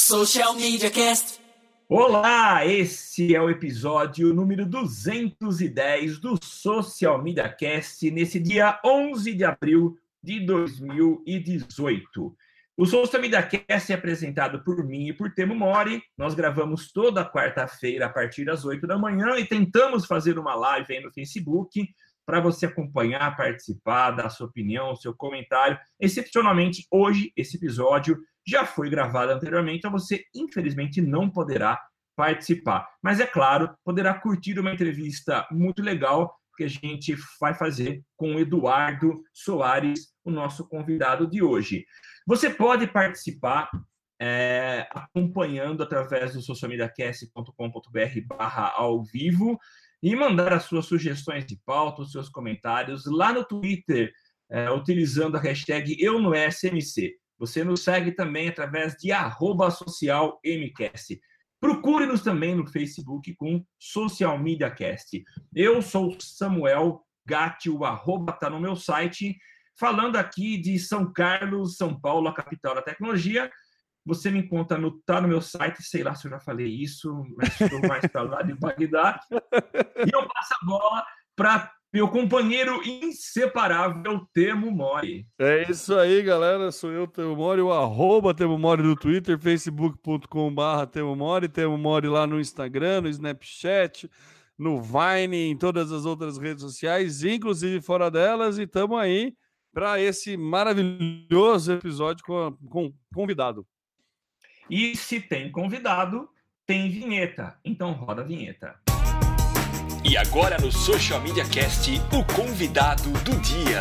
Social Media Cast. Olá, esse é o episódio número 210 do Social Media Cast, nesse dia 11 de abril de 2018. O Social Media Cast é apresentado por mim e por Temo Mori. Nós gravamos toda quarta-feira a partir das 8 da manhã e tentamos fazer uma live aí no Facebook para você acompanhar, participar, dar sua opinião, seu comentário. Excepcionalmente, hoje, esse episódio já foi gravado anteriormente, então você, infelizmente, não poderá participar. Mas, é claro, poderá curtir uma entrevista muito legal que a gente vai fazer com o Eduardo Soares, o nosso convidado de hoje. Você pode participar acompanhando através do socialmediacast.com.br/ao vivo e mandar as suas sugestões de pauta, os seus comentários lá no Twitter, utilizando a hashtag #EuNoSMC. Você nos segue também através de @socialmcast. Procure-nos também no Facebook com Social Media Cast. Eu sou Samuel Gatti, o @ está no meu site, falando aqui de São Carlos, São Paulo, a capital da tecnologia. Você me encontra no meu site, sei lá se eu já falei isso, mas estou mais para lá de Bagdá. E eu passo a bola para meu companheiro inseparável, Temo Mori. É isso aí, galera. Sou eu, Temo Mori, o @ Temo Mori no Twitter, facebook.com/Temo Mori, Temo Mori lá no Instagram, no Snapchat, no Vine, em todas as outras redes sociais, inclusive fora delas, e estamos aí para esse maravilhoso episódio com convidado. E se tem convidado, tem vinheta. Então roda a vinheta. E agora no Social Media Cast, o convidado do dia.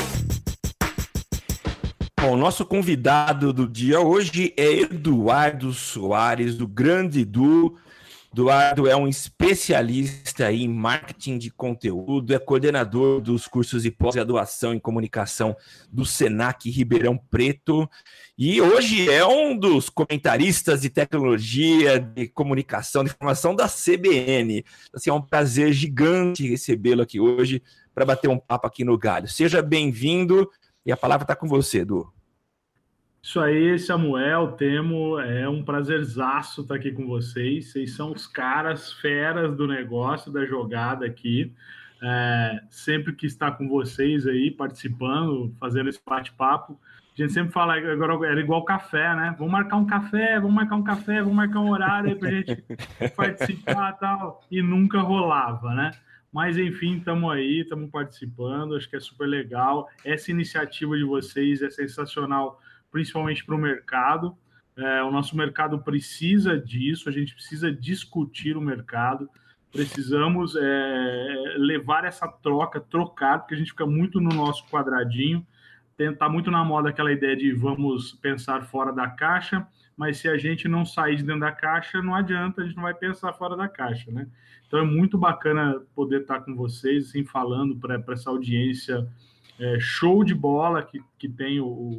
Bom, nosso convidado do dia hoje é Eduardo Soares, do Grande Edu. Eduardo é um especialista em marketing de conteúdo, é coordenador dos cursos de pós-graduação em comunicação do Senac Ribeirão Preto e hoje é um dos comentaristas de tecnologia, de comunicação, de informação da CBN. Assim, é um prazer gigante recebê-lo aqui hoje para bater um papo aqui no Galho. Seja bem-vindo e a palavra está com você, Edu. Isso aí, Samuel, Temo, é um prazerzaço estar aqui com vocês. Vocês são os caras, feras do negócio, da jogada aqui. Sempre que está com vocês aí, participando, fazendo esse bate-papo, a gente sempre fala, agora era igual café, né? Vamos marcar um café, vamos marcar um horário aí pra gente participar e tal. E nunca rolava, né? Mas, enfim, estamos aí, estamos participando, acho que é super legal. Essa iniciativa de vocês é sensacional, principalmente para o mercado. O nosso mercado precisa disso, a gente precisa discutir o mercado, precisamos levar essa trocar, porque a gente fica muito no nosso quadradinho, está muito na moda aquela ideia de vamos pensar fora da caixa, mas se a gente não sair de dentro da caixa, não adianta, a gente não vai pensar fora da caixa, né? Então é muito bacana poder estar com vocês, assim, falando para essa audiência show de bola que tem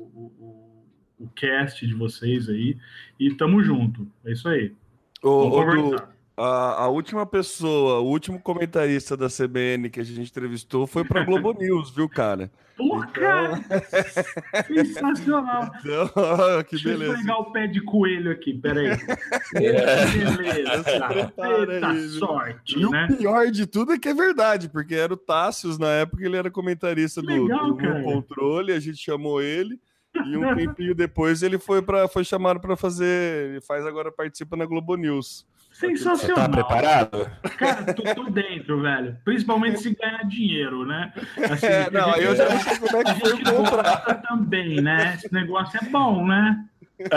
o cast de vocês aí, e tamo junto, é isso aí. Vamos conversar. A última pessoa, o último comentarista da CBN que a gente entrevistou foi para Globo News, viu, cara? Pô, cara! Sensacional! Então, que Deixa beleza. eu pegar o pé de coelho aqui, peraí. Beleza, cara. Eita sorte, E né? o pior de tudo é que é verdade, porque era o Tássios, na época ele era comentarista do Controle, a gente chamou ele, e um tempinho depois ele foi chamado para fazer, ele participa na Globo News. Sensacional. Você tá preparado? Cara, tô dentro, velho. Principalmente se ganhar dinheiro, né? Assim, não, eu já não sei como é que foi o contrato também, né? Esse negócio é bom, né?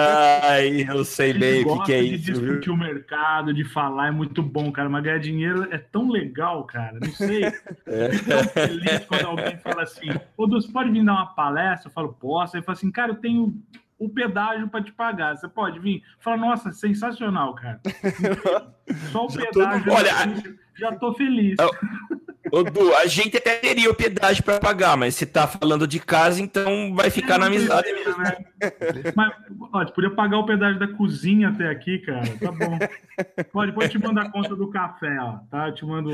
Eu sei bem o que é isso. De discutir o mercado, de falar, é muito bom, cara. Mas ganhar dinheiro é tão legal, cara. Não sei. Eu fico tão feliz quando alguém fala assim: ô, você pode vir dar uma palestra? Eu falo, posso. Aí fala assim, cara, eu tenho o pedágio para te pagar. Você pode vir? Fala, nossa, sensacional, cara. Só o pedágio. Olha, já tô feliz. Ô, Du, a gente até teria o pedágio para pagar, mas se tá falando de casa, então vai ficar na amizade mesmo. Né? Mas, ó, tu podia pagar o pedágio da cozinha até aqui, cara. Tá bom. Pode te mandar a conta do café, ó. Tá? Eu te mando.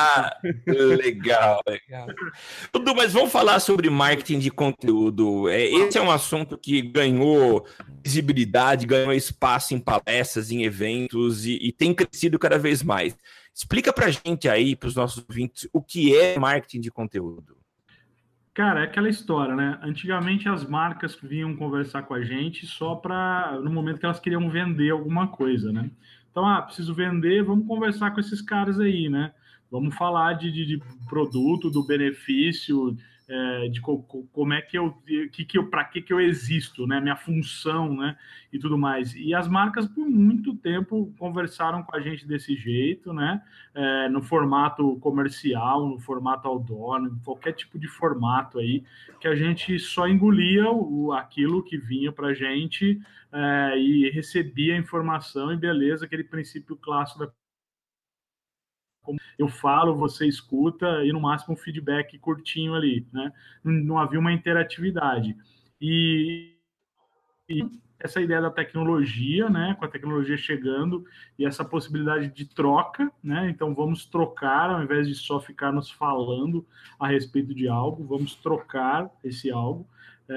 Legal, legal. Du, mas vamos falar sobre marketing de conteúdo. Esse é um assunto que ganhou visibilidade, ganhou espaço em palestras, em eventos e tem crescido cada vez mais. Explica pra gente aí, para os nossos ouvintes, o que é marketing de conteúdo. Cara, é aquela história, né? Antigamente as marcas vinham conversar com a gente só para no momento que elas queriam vender alguma coisa, né? Então, preciso vender, vamos conversar com esses caras aí, né? Vamos falar de produto, do benefício, de como é que para que eu existo, né? Minha função, né? E tudo mais. E as marcas por muito tempo conversaram com a gente desse jeito, né? No formato comercial, no formato outdoor, em qualquer tipo de formato aí, que a gente só engolia aquilo que vinha para a gente e recebia a informação e beleza, aquele princípio clássico da como eu falo, você escuta e no máximo um feedback curtinho ali, né? Não havia uma interatividade. E essa ideia da tecnologia, né? Com a tecnologia chegando e essa possibilidade de troca, né? Então vamos trocar, ao invés de só ficar nos falando a respeito de algo, vamos trocar esse algo.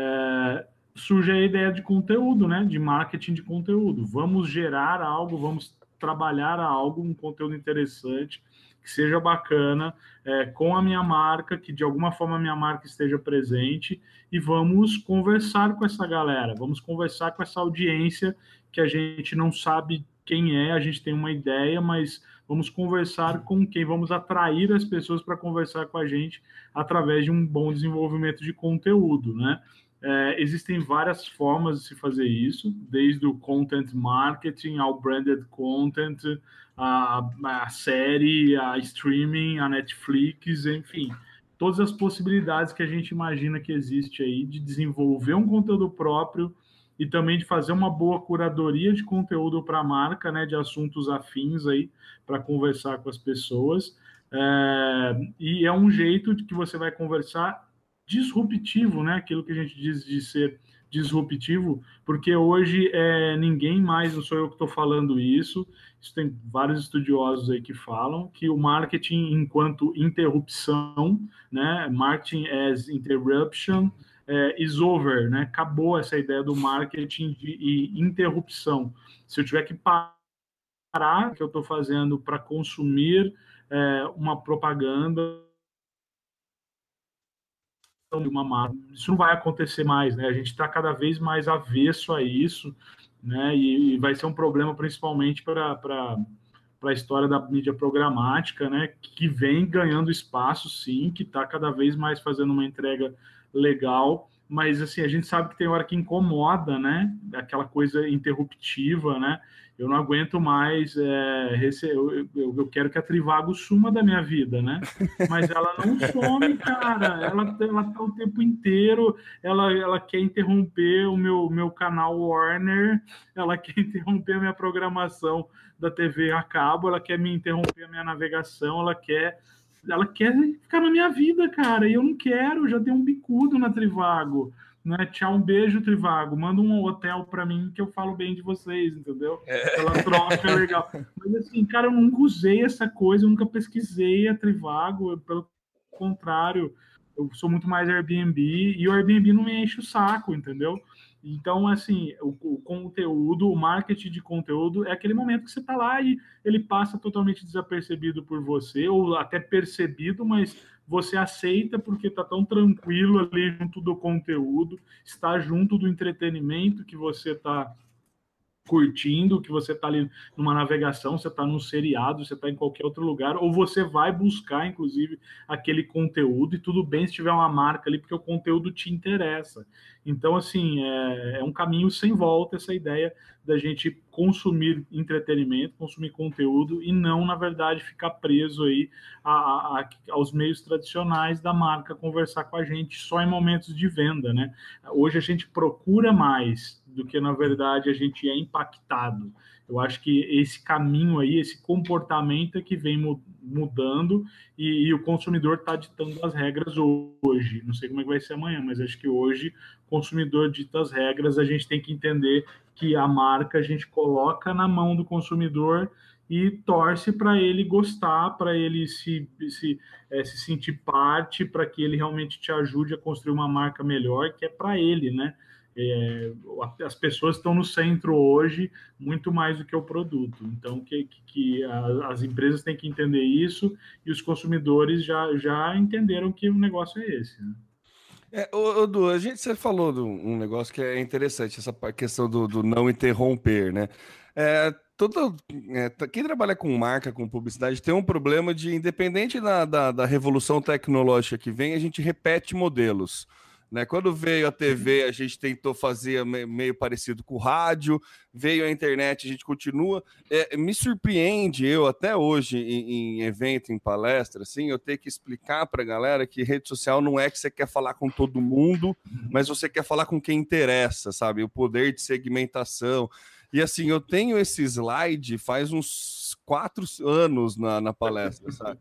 Surge a ideia de conteúdo, né? De marketing de conteúdo. Vamos gerar algo, vamos trabalhar algo, um conteúdo interessante, que seja bacana, com a minha marca, que de alguma forma a minha marca esteja presente, e vamos conversar com essa galera, vamos conversar com essa audiência que a gente não sabe quem é, a gente tem uma ideia, mas vamos conversar com quem, vamos atrair as pessoas para conversar com a gente através de um bom desenvolvimento de conteúdo, né? Existem várias formas de se fazer isso, desde o content marketing ao branded content, a série, a streaming, a Netflix, enfim, todas as possibilidades que a gente imagina que existe aí de desenvolver um conteúdo próprio e também de fazer uma boa curadoria de conteúdo para a marca, né, de assuntos afins aí para conversar com as pessoas. E é um jeito de que você vai conversar disruptivo, né? Aquilo que a gente diz de ser disruptivo, porque hoje ninguém mais, não sou eu que estou falando isso tem vários estudiosos aí que falam que o marketing enquanto interrupção, né? Marketing as interruption is over, né? Acabou essa ideia do marketing de interrupção. Se eu tiver que parar o que eu estou fazendo para consumir uma propaganda de uma marca, isso não vai acontecer mais, né? A gente está cada vez mais avesso a isso, né? E vai ser um problema principalmente para a história da mídia programática, né? Que vem ganhando espaço, sim, que está cada vez mais fazendo uma entrega legal, mas assim a gente sabe que tem hora que incomoda, né? Aquela coisa interruptiva, né? Eu não aguento mais eu quero que a Trivago suma da minha vida, né? Mas ela não some, cara. Ela tá o tempo inteiro. Ela quer interromper o meu canal Warner. Ela quer interromper a minha programação da TV a cabo. Ela quer me interromper a minha navegação. Ela quer ficar na minha vida, cara. E eu não quero. Já dei um bicudo na Trivago. Né? Tchau, um beijo, Trivago. Manda um hotel para mim que eu falo bem de vocês, entendeu? Ela troca, é legal. Mas assim, cara, eu nunca usei essa coisa, eu nunca pesquisei a Trivago, pelo contrário, eu sou muito mais Airbnb e o Airbnb não me enche o saco, entendeu? Então, assim, o conteúdo, o marketing de conteúdo é aquele momento que você está lá e ele passa totalmente desapercebido por você, ou até percebido, mas você aceita porque está tão tranquilo ali junto do conteúdo, está junto do entretenimento que você está curtindo, que você está ali numa navegação, você está num seriado, você está em qualquer outro lugar, ou você vai buscar, inclusive, aquele conteúdo, e tudo bem se tiver uma marca ali, porque o conteúdo te interessa. Então, assim, é um caminho sem volta essa ideia da gente consumir entretenimento, consumir conteúdo, e não, na verdade, ficar preso aí aos meios tradicionais da marca conversar com a gente só em momentos de venda, né? Hoje a gente procura mais do que na verdade a gente é impactado. Eu acho que esse caminho aí, esse comportamento é que vem mudando e o consumidor está ditando as regras hoje. Não sei como é que vai ser amanhã, mas acho que hoje o consumidor dita as regras, a gente tem que entender que a marca a gente coloca na mão do consumidor e torce para ele gostar, para ele se sentir parte, para que ele realmente te ajude a construir uma marca melhor, que é para ele, né? As pessoas estão no centro hoje muito mais do que o produto. Então, as empresas têm que entender isso e os consumidores já entenderam que o negócio é esse, né? Du, você falou de um negócio que é interessante, essa questão do não interromper, né? Quem trabalha com marca, com publicidade, tem um problema de, independente da revolução tecnológica que vem, a gente repete modelos. Né? Quando veio a TV, a gente tentou fazer meio parecido com o rádio, veio a internet, a gente continua. Me surpreende, eu até hoje, em evento, em palestra, assim, eu tenho que explicar para a galera que rede social não é que você quer falar com todo mundo, mas você quer falar com quem interessa, sabe? O poder de segmentação. E assim, eu tenho esse slide faz uns 4 anos na palestra, sabe?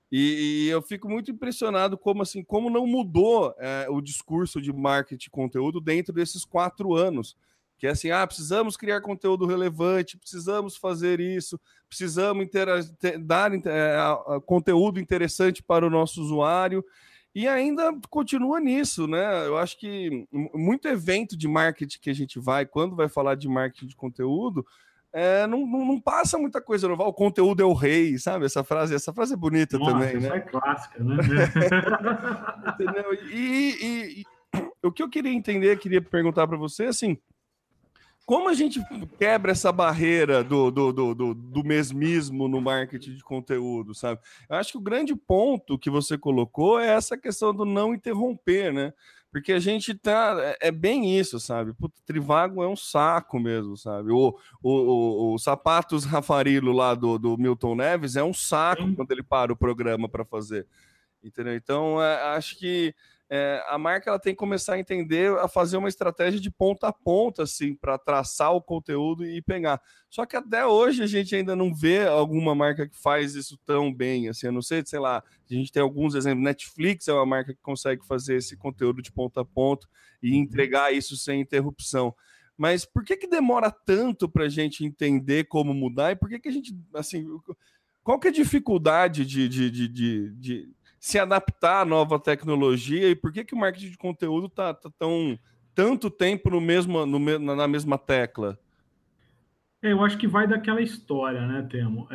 E eu fico muito impressionado como não mudou o discurso de marketing de conteúdo dentro desses 4 anos. Que é assim, precisamos criar conteúdo relevante, precisamos fazer isso, precisamos dar conteúdo interessante para o nosso usuário. E ainda continua nisso, né? Eu acho que muito evento de marketing que a gente vai, quando vai falar de marketing de conteúdo, não passa muita coisa nova. O conteúdo é o rei, sabe? Essa frase é bonita. Nossa, também, né? Essa é clássica, né? Entendeu? E o que eu queria perguntar para você, assim, como a gente quebra essa barreira do mesmismo no marketing de conteúdo, sabe? Eu acho que o grande ponto que você colocou é essa questão do não interromper, né? Porque a gente é bem isso, sabe? Puta, Trivago é um saco mesmo, sabe? O Sapatos Rafarilo lá do Milton Neves é um saco quando ele para o programa para fazer, entendeu? Então, acho que a marca ela tem que começar a entender, a fazer uma estratégia de ponta a ponta, assim, para traçar o conteúdo e pegar. Só que até hoje a gente ainda não vê alguma marca que faz isso tão bem, assim, eu não sei lá, a gente tem alguns exemplos, Netflix é uma marca que consegue fazer esse conteúdo de ponta a ponta e entregar isso sem interrupção. Mas por que demora tanto para a gente entender como mudar e por que a gente, assim, qual que é a dificuldade de se adaptar à nova tecnologia e por que o marketing de conteúdo tá tanto tempo na mesma tecla? Eu acho que vai daquela história, né, Temo?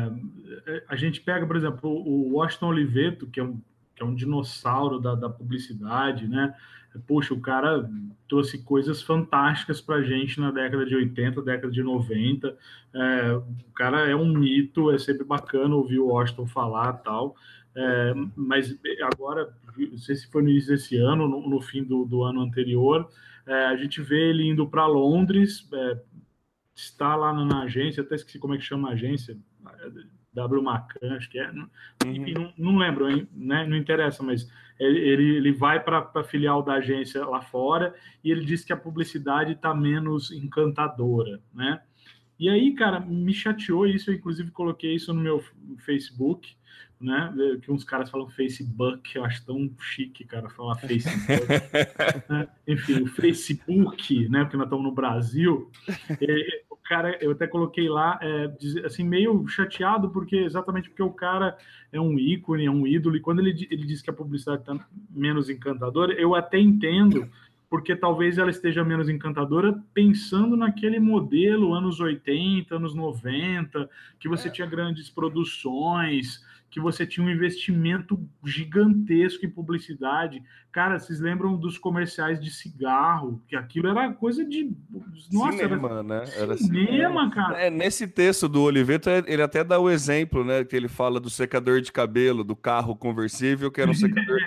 A gente pega, por exemplo, o Washington Oliveto, que é um dinossauro da publicidade, né? Poxa, o cara trouxe coisas fantásticas para a gente na década de 80, década de 90. O cara é um mito, é sempre bacana ouvir o Washington falar e tal. Mas agora, não sei se foi no início desse ano, no fim do ano anterior, a gente vê ele indo para Londres, está lá na agência, até esqueci como é que chama a agência, W Macan, acho que é. Enfim, não lembro, né? Não interessa, mas ele vai para a filial da agência lá fora e ele diz que a publicidade está menos encantadora, né? E aí, cara, me chateou isso, eu inclusive coloquei isso no meu Facebook, né? Que uns caras falam Facebook, eu acho tão chique, cara, falar Facebook. Né? Enfim, o Facebook, né? Porque nós estamos no Brasil. O cara, eu até coloquei lá, assim, meio chateado, exatamente porque o cara é um ícone, é um ídolo, e quando ele diz que a publicidade está menos encantadora, eu até entendo, porque talvez ela esteja menos encantadora pensando naquele modelo anos 80, anos 90, que você tinha grandes produções, que você tinha um investimento gigantesco em publicidade. Cara, vocês lembram dos comerciais de cigarro? Que aquilo era coisa de... Nossa, cinema, né? Era cinema, cara. Nesse texto do Oliveto, ele até dá o exemplo, né? Que ele fala do secador de cabelo, do carro conversível, que era um secador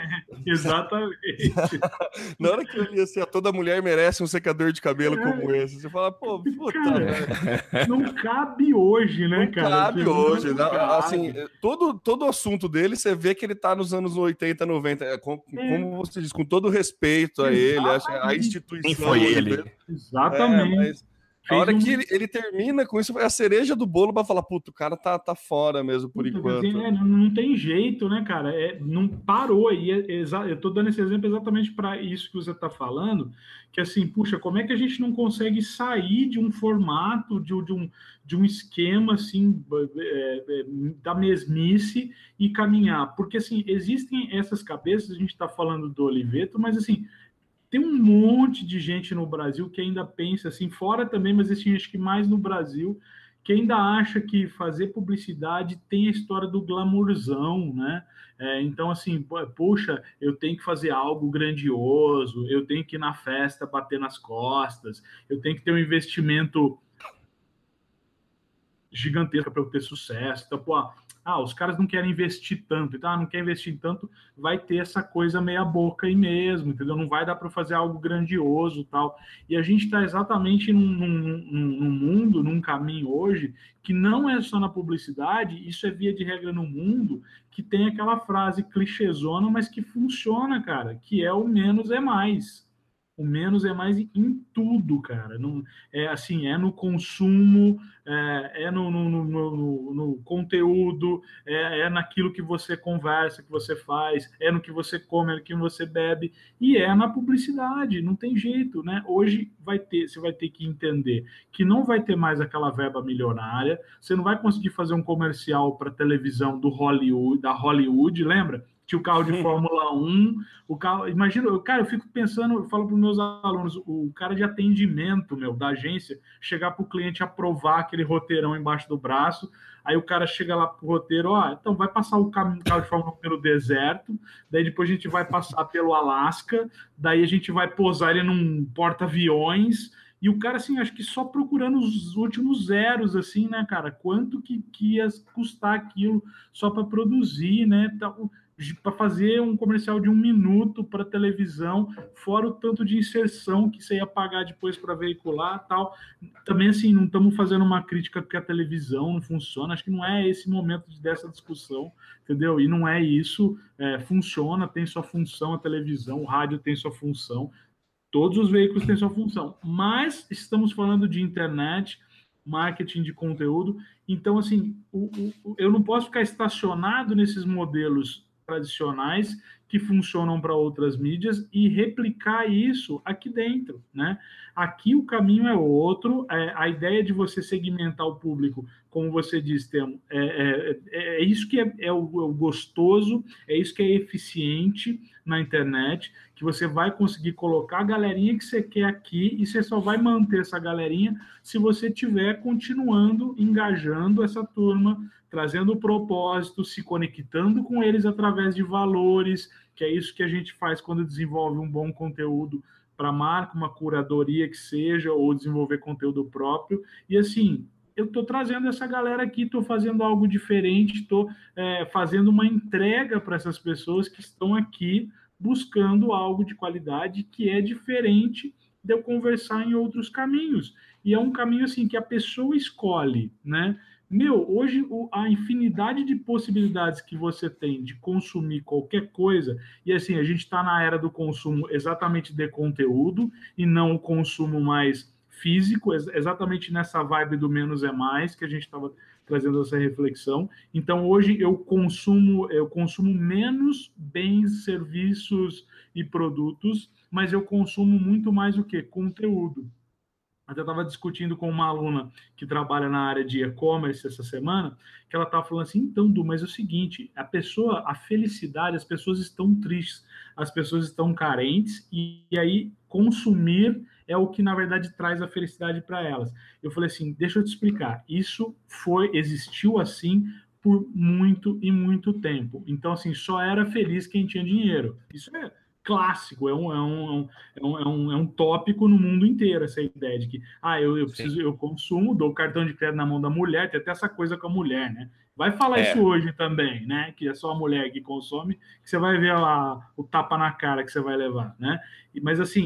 Exatamente. Na hora que eu li assim, toda mulher merece um secador de cabelo como esse, você fala, pô, puta, cara, não cabe hoje, né, não cara? cabe hoje. Não Assim, cabe. todo o assunto dele, você vê que ele tá nos anos 80, 90. Como você diz, com todo respeito a ele, a instituição. Quem foi ele? Exatamente. Mas a hora que ele termina com isso, é a cereja do bolo para falar, puto, o cara tá fora mesmo, por enquanto. Assim, não tem jeito, né, cara? Não parou. E eu tô dando esse exemplo exatamente para isso que você está falando, que assim, puxa, como é que a gente não consegue sair de um formato, de um esquema, assim, da mesmice e caminhar? Porque, assim, existem essas cabeças, a gente está falando do Oliveto, mas, assim, tem um monte de gente no Brasil que ainda pensa assim, fora também, mas assim, acho que mais no Brasil, que ainda acha que fazer publicidade tem a história do glamourzão, né? Então, assim, poxa, eu tenho que fazer algo grandioso, eu tenho que ir na festa bater nas costas, eu tenho que ter um investimento gigantesco para eu ter sucesso. Então, pô, os caras não querem investir tanto, então, não quer investir tanto, vai ter essa coisa meia boca aí mesmo, entendeu? Não vai dar para fazer algo grandioso tal. E a gente está exatamente num mundo, num caminho hoje, que não é só na publicidade, isso é via de regra no mundo, que tem aquela frase clichêzona, mas que funciona, cara, que é o menos é mais. O menos é mais em tudo, cara. Não, é assim, é no consumo, é no conteúdo, é naquilo que você conversa, que você faz, é no que você come, é no que você bebe, e é na publicidade, não tem jeito, né? Hoje você vai ter que entender que não vai ter mais aquela verba milionária, você não vai conseguir fazer um comercial para televisão da Hollywood, lembra? Tinha o carro de Fórmula 1, o carro. Imagina, cara, eu fico pensando, eu falo para os meus alunos, o cara de atendimento, da agência, chegar para o cliente aprovar aquele roteirão embaixo do braço, aí o cara chega lá pro roteiro, então vai passar o carro de Fórmula 1 pelo deserto, daí depois a gente vai passar pelo Alasca, daí a gente vai posar ele num porta-aviões. E o cara, assim, acho que só procurando os últimos zeros, assim, né, cara? Quanto que ia custar aquilo só para produzir, né? Para fazer um comercial de 1 minuto para televisão, fora o tanto de inserção que você ia pagar depois para veicular tal. Também, assim, não estamos fazendo uma crítica porque a televisão não funciona, acho que não é esse momento dessa discussão, entendeu? E não é isso, funciona, tem sua função a televisão, o rádio tem sua função, todos os veículos têm sua função, mas estamos falando de internet, marketing de conteúdo, então, assim, eu não posso ficar estacionado nesses modelos tradicionais que funcionam para outras mídias e replicar isso aqui dentro, né? Aqui o caminho é outro, a ideia de você segmentar o público, como você disse, Temo, é isso que é o gostoso, é isso que é eficiente na internet, que você vai conseguir colocar a galerinha que você quer aqui e você só vai manter essa galerinha se você estiver continuando engajando essa turma, trazendo o propósito, se conectando com eles através de valores, que é isso que a gente faz quando desenvolve um bom conteúdo para marca, uma curadoria que seja, ou desenvolver conteúdo próprio. E assim, eu estou trazendo essa galera aqui, estou fazendo algo diferente, estou fazendo uma entrega para essas pessoas que estão aqui buscando algo de qualidade que é diferente de eu conversar em outros caminhos. E é um caminho assim que a pessoa escolhe, né? Hoje a infinidade de possibilidades que você tem de consumir qualquer coisa, e assim, a gente está na era do consumo exatamente de conteúdo e não o consumo mais físico, exatamente nessa vibe do menos é mais, que a gente estava trazendo essa reflexão. Então, hoje eu consumo menos bens, serviços e produtos, mas eu consumo muito mais o quê? Conteúdo. Até estava discutindo com uma aluna que trabalha na área de e-commerce essa semana, que ela estava falando assim, então, Du, mas é o seguinte, a felicidade, as pessoas estão tristes, as pessoas estão carentes, e aí consumir é o que, na verdade, traz a felicidade para elas. Eu falei assim, deixa eu te explicar, isso existiu assim por muito e muito tempo. Então, assim, só era feliz quem tinha dinheiro. Isso clássico, é um tópico no mundo inteiro, essa ideia de que eu consumo, dou o cartão de crédito na mão da mulher, tem até essa coisa com a mulher, né? Vai falar isso hoje também, né? Que é só a mulher que consome, que você vai ver lá o tapa na cara que você vai levar, né? Mas assim,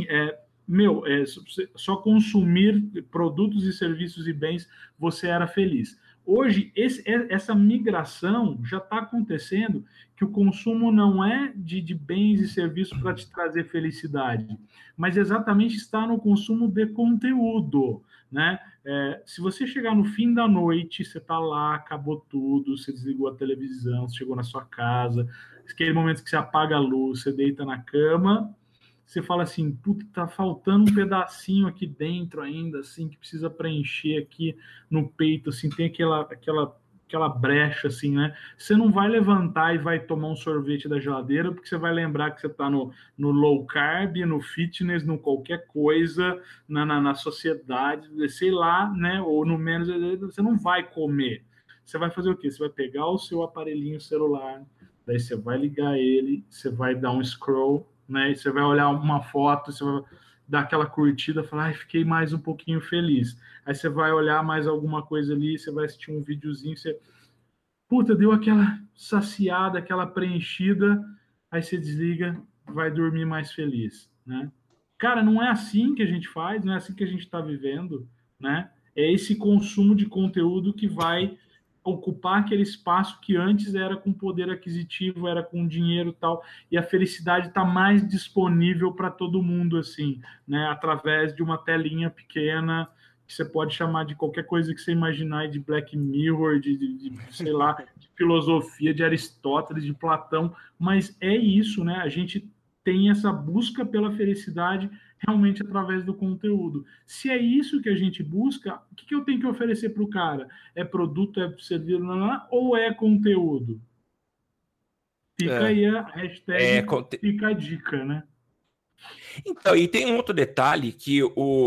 só consumir produtos e serviços e bens, você era feliz. Hoje, essa migração já está acontecendo, que o consumo não é de bens e serviços para te trazer felicidade, mas exatamente está no consumo de conteúdo, né? Se você chegar no fim da noite, você está lá, acabou tudo, você desligou a televisão, você chegou na sua casa, aquele momento que você apaga a luz, você deita na cama, você fala assim, puta, tá faltando um pedacinho aqui dentro ainda, assim, que precisa preencher aqui no peito, assim, tem aquela brecha, assim, né? Você não vai levantar e vai tomar um sorvete da geladeira, porque você vai lembrar que você tá no low carb, no fitness, no qualquer coisa, na sociedade, sei lá, né? Ou no menos, você não vai comer. Você vai fazer o quê? Você vai pegar o seu aparelhinho celular, daí você vai ligar ele, você vai dar um scroll, né? Você vai olhar uma foto, você vai dar aquela curtida, falar, fiquei mais um pouquinho feliz. Aí você vai olhar mais alguma coisa ali, você vai assistir um videozinho, você, puta, deu aquela saciada, aquela preenchida, aí você desliga, vai dormir mais feliz, né? Cara, não é assim que a gente faz, não é assim que a gente está vivendo, né? É esse consumo de conteúdo que vai ocupar aquele espaço que antes era com poder aquisitivo, era com dinheiro e tal, e a felicidade está mais disponível para todo mundo, assim, né? Através de uma telinha pequena, que você pode chamar de qualquer coisa que você imaginar, de Black Mirror, sei lá, de filosofia, de Aristóteles, de Platão, mas é isso, né? A gente tem essa busca pela felicidade realmente através do conteúdo. Se é isso que a gente busca, o que eu tenho que oferecer para o cara? É produto, é serviço, ou é conteúdo? Fica aí a hashtag, fica a dica, né? Então, e tem um outro detalhe que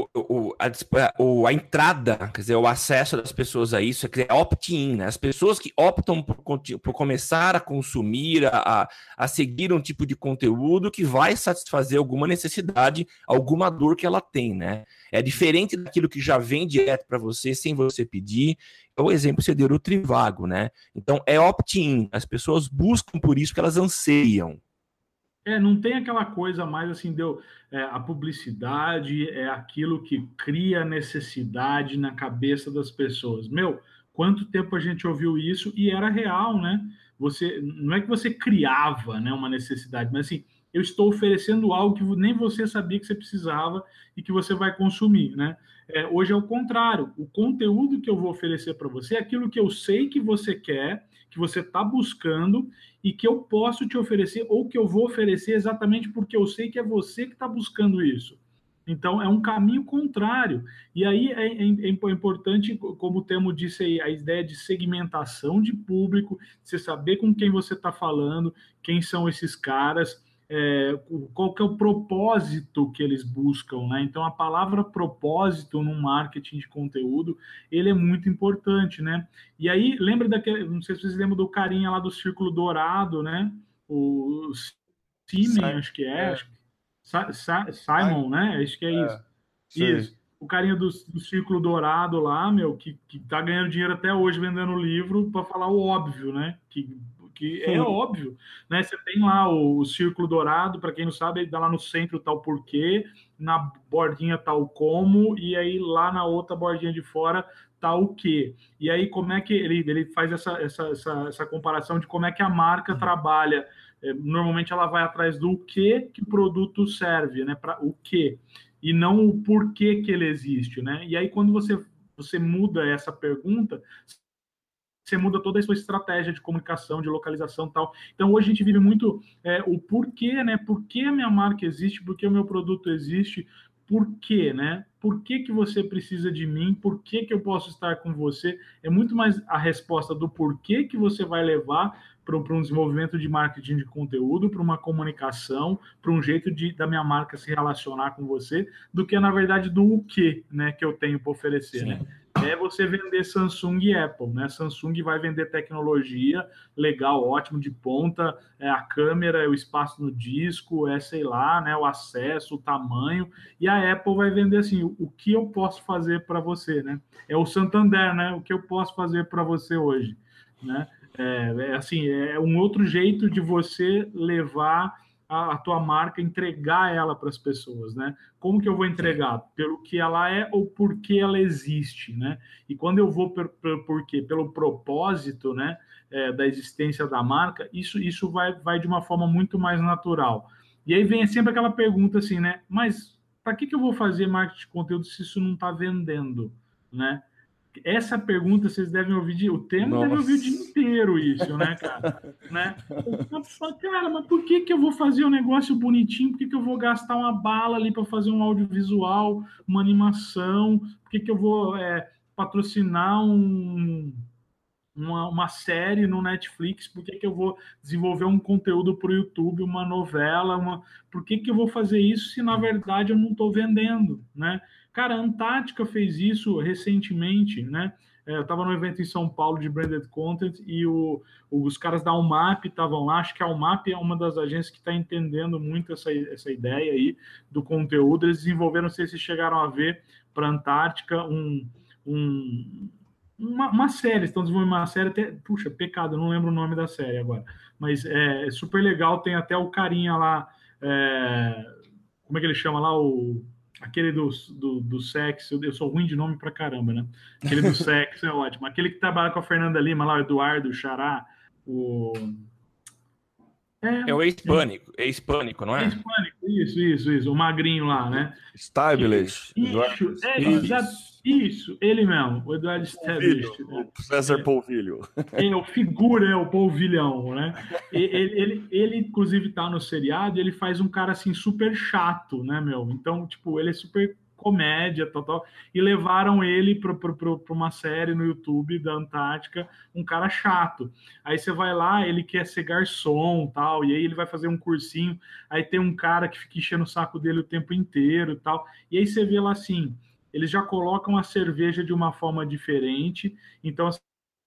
a entrada, quer dizer, o acesso das pessoas a isso é opt-in, né? As pessoas que optam por começar a consumir, a seguir um tipo de conteúdo que vai satisfazer alguma necessidade, alguma dor que ela tem, né? É diferente daquilo que já vem direto para você, sem você pedir. O exemplo você deu o Trivago, né? Então, é opt-in. As pessoas buscam por isso que elas anseiam. Não tem aquela coisa mais assim, a publicidade é aquilo que cria necessidade na cabeça das pessoas. Quanto tempo a gente ouviu isso e era real, né? Não é que você criava, né, uma necessidade, mas assim, eu estou oferecendo algo que nem você sabia que você precisava e que você vai consumir, né? Hoje é o contrário. O conteúdo que eu vou oferecer para você é aquilo que eu sei que você quer, que você está buscando e que eu posso te oferecer ou que eu vou oferecer exatamente porque eu sei que é você que está buscando isso. Então, é um caminho contrário. E aí é importante, como o Temo disse aí, a ideia de segmentação de público, você saber com quem você está falando, quem são esses caras, qual que é o propósito que eles buscam, né? Então, a palavra propósito no marketing de conteúdo, ele é muito importante, né? E aí, lembra daquele, não sei se vocês lembram do carinha lá do Círculo Dourado, né? O Simen, acho que é. Simon, né? Acho que é isso. Isso. O carinha do Círculo Dourado lá, que tá ganhando dinheiro até hoje vendendo livro para falar o óbvio, né? Que é óbvio, né? Você tem lá o Círculo Dourado, para quem não sabe, ele dá lá no centro tal porquê, na bordinha tal como, e aí lá na outra bordinha de fora tal o quê. E aí como é que ele faz essa comparação de como é que a marca trabalha. Normalmente ela vai atrás do que o produto serve, né? Para o quê? E não o porquê que ele existe, né? E aí quando você muda essa pergunta, você muda toda a sua estratégia de comunicação, de localização e tal. Então, hoje a gente vive muito o porquê, né? Por que a minha marca existe? Por que o meu produto existe? Por quê, né? Por que você precisa de mim? Por que eu posso estar com você? É muito mais a resposta do porquê que você vai levar para um desenvolvimento de marketing de conteúdo, para uma comunicação, para um jeito da minha marca se relacionar com você, do que, na verdade, do o que, né, que eu tenho para oferecer, né? é você vender Samsung e Apple, né? Samsung vai vender tecnologia, legal, ótimo, de ponta, a câmera, o espaço no disco, sei lá, né? O acesso, o tamanho, e a Apple vai vender assim, o que eu posso fazer para você, né? É o Santander, né? O que eu posso fazer para você hoje, né? Assim, é um outro jeito de você levar a tua marca, entregar ela para as pessoas, né? Como que eu vou entregar? Pelo que ela é ou por que ela existe, né? E quando eu vou por quê? Pelo propósito, né? Da existência da marca, isso vai de uma forma muito mais natural. E aí vem sempre aquela pergunta assim, né? Mas para que eu vou fazer marketing de conteúdo se isso não está vendendo, né? Essa pergunta vocês devem ouvir, o tema deve ouvir o dia inteiro isso, né, cara? Né? Cara, mas por que eu vou fazer um negócio bonitinho? Por que eu vou gastar uma bala ali para fazer um audiovisual, uma animação? Por que eu vou patrocinar uma série no Netflix? Por que eu vou desenvolver um conteúdo para o YouTube, uma novela? Por que eu vou fazer isso se, na verdade, eu não estou vendendo, né? Cara, a Antártica fez isso recentemente, né? Eu estava no evento em São Paulo de Branded Content e os caras da UMAP estavam lá. Acho que a UMAP é uma das agências que está entendendo muito essa ideia aí do conteúdo. Eles desenvolveram, não sei se chegaram a ver, para a Antártica uma série, estão desenvolvendo uma série, até, puxa, pecado, eu não lembro o nome da série agora, mas é super legal, tem até o carinha lá, como é que ele chama lá, aquele do sexo, eu sou ruim de nome pra caramba, né? Aquele do sexo é ótimo, aquele que trabalha com a Fernanda Lima lá, o Eduardo, o Xará, É o ex-pânico, não é? Isso, o magrinho lá, né? Stablish. Isso, ele mesmo, o Eduardo Stablish. O César Polvilho. O figura, o polvilhão, né? Ele inclusive, tá no seriado, ele faz um cara, assim, super chato, né, meu? Então, tipo, ele é super comédia, tal, e levaram ele para uma série no YouTube da Antártica, um cara chato. Aí você vai lá, ele quer ser garçom, tal, e aí ele vai fazer um cursinho, aí tem um cara que fica enchendo o saco dele o tempo inteiro, tal, e aí você vê lá assim, eles já colocam a cerveja de uma forma diferente, então assim,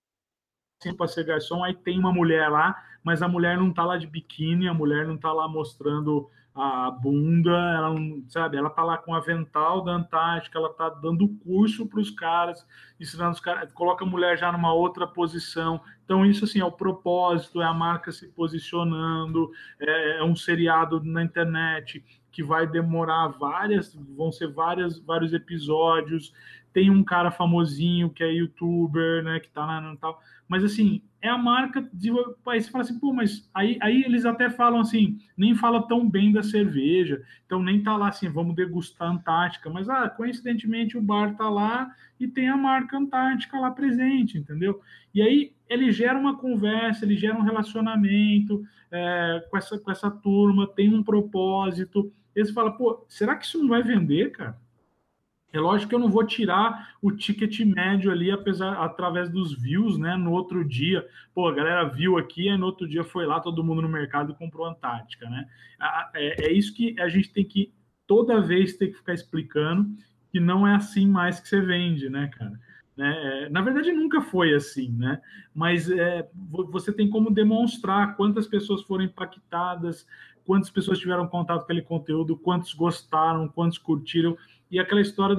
para ser garçom, aí tem uma mulher lá, mas a mulher não tá lá de biquíni, a mulher não tá lá mostrando a bunda, ela não, sabe, ela tá lá com o avental da Antártica, ela tá dando curso para os caras, ensinando os caras, coloca a mulher já numa outra posição. Então isso assim é o propósito, é a marca se posicionando, é um seriado na internet que vai demorar vão ser vários episódios. Tem um cara famosinho que é youtuber, né, que tá lá no tal, mas assim, é a marca de... Aí você fala assim, pô, mas aí eles até falam assim, nem fala tão bem da cerveja, então nem tá lá assim, vamos degustar Antártica, mas coincidentemente o bar tá lá e tem a marca Antártica lá presente, entendeu? E aí ele gera uma conversa, ele gera um relacionamento com essa turma, tem um propósito. Eles falam, pô, será que isso não vai vender, cara? É lógico que eu não vou tirar o ticket médio ali, através dos views, né? No outro dia, pô, a galera viu aqui, e no outro dia foi lá, todo mundo no mercado e comprou Antártica, né? É isso que a gente tem que, toda vez, ter que ficar explicando, que não é assim mais que você vende, né, cara? Na verdade, nunca foi assim, né? Mas você tem como demonstrar quantas pessoas foram impactadas, quantas pessoas tiveram contato com aquele conteúdo, quantos gostaram, quantos curtiram, e aquela história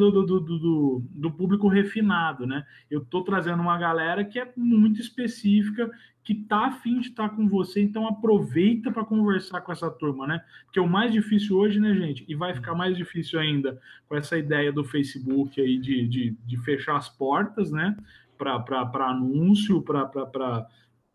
do público refinado, né? Eu estou trazendo uma galera que é muito específica, que está afim de estar com você, então aproveita para conversar com essa turma, né? Porque o mais difícil hoje, né, gente, e vai ficar mais difícil ainda com essa ideia do Facebook aí de fechar as portas, né? Para anúncio, para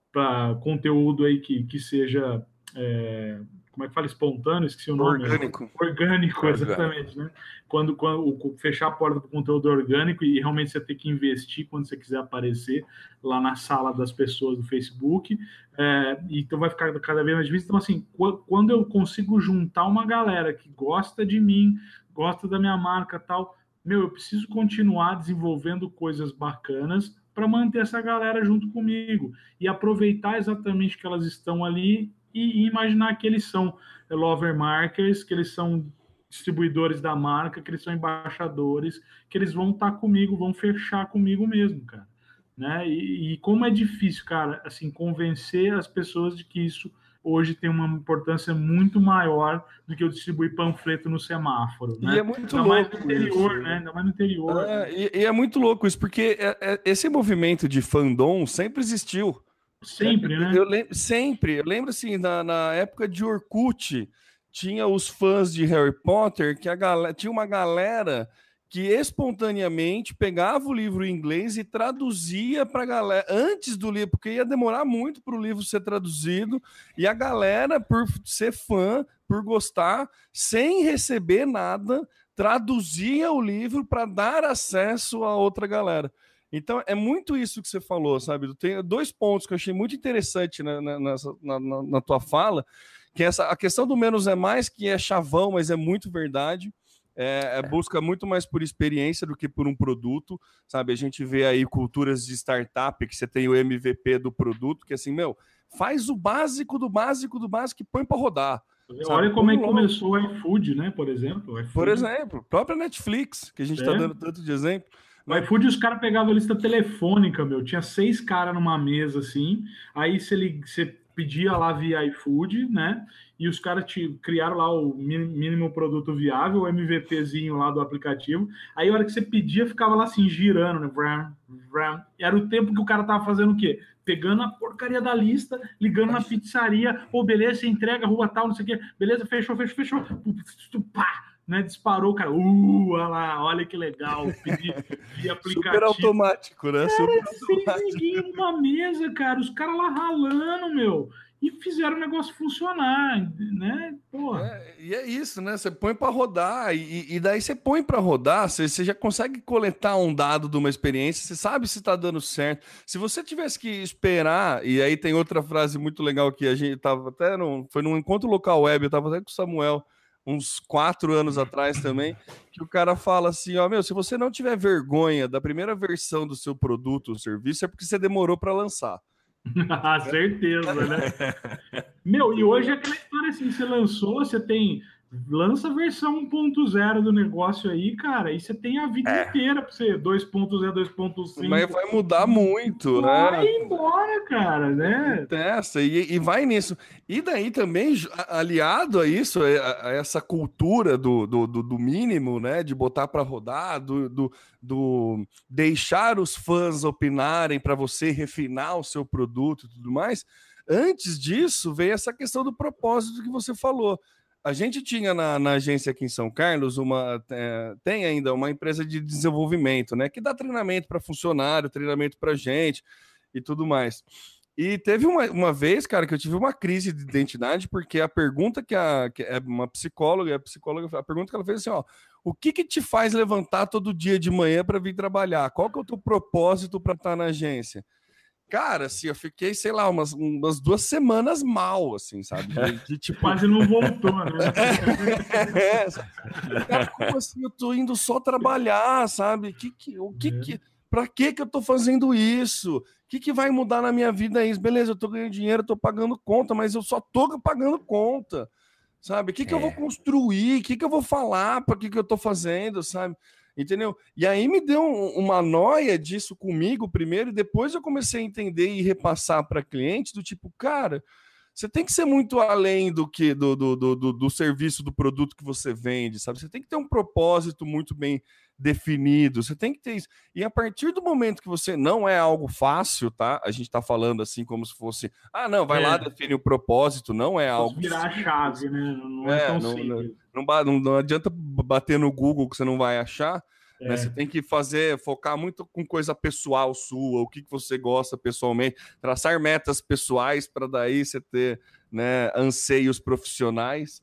conteúdo aí que seja... como é que fala? Espontâneo, esqueci o nome. Orgânico, exatamente, né? Quando fechar a porta para o conteúdo orgânico e realmente você ter que investir quando você quiser aparecer lá na sala das pessoas do Facebook, então vai ficar cada vez mais difícil. Então, assim, quando eu consigo juntar uma galera que gosta de mim, gosta da minha marca, tal, eu preciso continuar desenvolvendo coisas bacanas para manter essa galera junto comigo e aproveitar exatamente que elas estão ali e imaginar que eles são lover markers, que eles são distribuidores da marca, que eles são embaixadores, que eles vão estar comigo, vão fechar comigo mesmo, cara. Né? E como é difícil, cara, assim, convencer as pessoas de que isso hoje tem uma importância muito maior do que eu distribuir panfleto no semáforo, né? E é muito Ainda mais louco no interior, isso, né? Ainda mais no interior. E é muito louco isso, porque esse movimento de fandom sempre existiu. Sempre, né? Eu lembro assim, na época de Orkut, tinha os fãs de Harry Potter, que tinha uma galera que espontaneamente pegava o livro em inglês e traduzia para a galera antes do livro, porque ia demorar muito para o livro ser traduzido, e a galera, por ser fã, por gostar, sem receber nada, traduzia o livro para dar acesso a outra galera. Então, é muito isso que você falou, sabe? Tem 2 pontos que eu achei muito interessante na tua fala, que é a questão do menos é mais, que é chavão, mas é muito verdade. Busca muito mais por experiência do que por um produto, sabe? A gente vê aí culturas de startup, que você tem o MVP do produto, que assim, faz o básico do básico do básico e põe para rodar. Olha como é que começou o iFood, né? Por exemplo. Por exemplo, própria Netflix, que a gente está dando tanto de exemplo. No iFood, os caras pegavam a lista telefônica, tinha 6 caras numa mesa, assim, aí você pedia lá via iFood, né, e os caras criaram lá o mínimo produto viável, o MVPzinho lá do aplicativo, aí a hora que você pedia, ficava lá assim, girando, né, era o tempo que o cara tava fazendo o quê? Pegando a porcaria da lista, ligando na pizzaria, beleza, você entrega, rua tal, não sei o quê, beleza, fechou, pá! Né, disparou, cara. Olha que legal. Pedi aplicativo. Super automático, né? Super automático. Numa mesa, cara. Os caras lá ralando, e fizeram o negócio funcionar, né? Porra. E é isso, né? Você põe para rodar, e daí você põe para rodar, você já consegue coletar um dado de uma experiência, você sabe se está dando certo. Se você tivesse que esperar, e aí tem outra frase muito legal que a gente tava até foi num encontro local web, eu tava até com o Samuel uns 4 anos atrás também, que o cara fala assim, se você não tiver vergonha da primeira versão do seu produto ou serviço, é porque você demorou para lançar. Certeza, né? E hoje é aquela história assim, você lançou, lança a versão 1.0 do negócio aí, cara, e você tem a vida inteira para você, 2.0, 2.5. Mas vai mudar muito, né? Vai embora, cara, né? Testa, e vai nisso. E daí também, aliado a isso, a essa cultura do mínimo, né? De botar para rodar, do deixar os fãs opinarem para você refinar o seu produto e tudo mais. Antes disso, veio essa questão do propósito que você falou. A gente tinha na agência aqui em São Carlos tem ainda uma empresa de desenvolvimento, né? Que dá treinamento para funcionário, treinamento para gente e tudo mais. E teve uma vez, cara, que eu tive uma crise de identidade, porque a pergunta que é uma psicóloga, a pergunta que ela fez assim, o que te faz levantar todo dia de manhã para vir trabalhar? Qual que é o teu propósito para estar na agência? Cara, assim, eu fiquei, sei lá, umas 2 semanas mal, assim, sabe? Tipo... Quase não voltou, né? Cara, como assim? Eu tô indo só trabalhar, sabe? Pra que eu tô fazendo isso? O que vai mudar na minha vida isso? Beleza, eu tô ganhando dinheiro, eu tô pagando conta, mas eu só tô pagando conta, sabe? O que eu vou construir? O que eu vou falar? Pra que eu tô fazendo, sabe? Entendeu? E aí me deu uma noia disso comigo primeiro, e depois eu comecei a entender e repassar para clientes do tipo, cara, você tem que ser muito além do que do serviço, do produto que você vende, sabe? Você tem que ter um propósito muito bem definido, você tem que ter isso. E a partir do momento que você não é algo fácil, tá? A gente tá falando assim como se fosse, vai lá, define o propósito, não é algo virar a chave, né? Não é tão simples. Não adianta bater no Google que você não vai achar. Né? Você tem que focar muito com coisa pessoal sua, o que você gosta pessoalmente, traçar metas pessoais para daí você ter, né, anseios profissionais.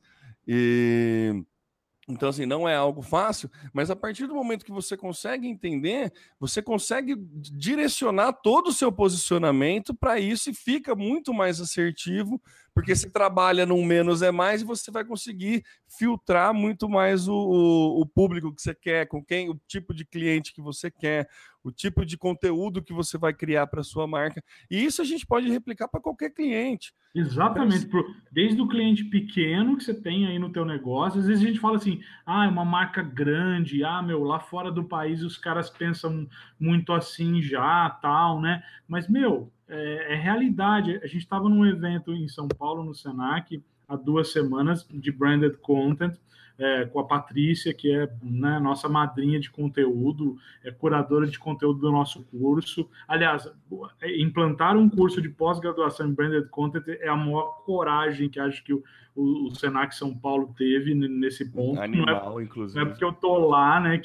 Então, assim, não é algo fácil, mas a partir do momento que você consegue entender, você consegue direcionar todo o seu posicionamento para isso e fica muito mais assertivo porque você trabalha num menos é mais e você vai conseguir filtrar muito mais o público que você quer, com quem, o tipo de cliente que você quer, o tipo de conteúdo que você vai criar para sua marca. E isso a gente pode replicar para qualquer cliente. Exatamente, desde o cliente pequeno que você tem aí no teu negócio, às vezes a gente fala assim, é uma marca grande, meu, lá fora do país os caras pensam muito assim já, tal, né? Mas, meu, é realidade. A gente estava num evento em São Paulo, no Senac, há 2 semanas, de branded content, com a Patrícia, que é, né, nossa madrinha de conteúdo, curadora de conteúdo do nosso curso. Aliás, implantar um curso de pós-graduação em branded content é a maior coragem que acho que o Senac São Paulo teve nesse ponto. Animal, inclusive. Não é porque eu tô lá, né,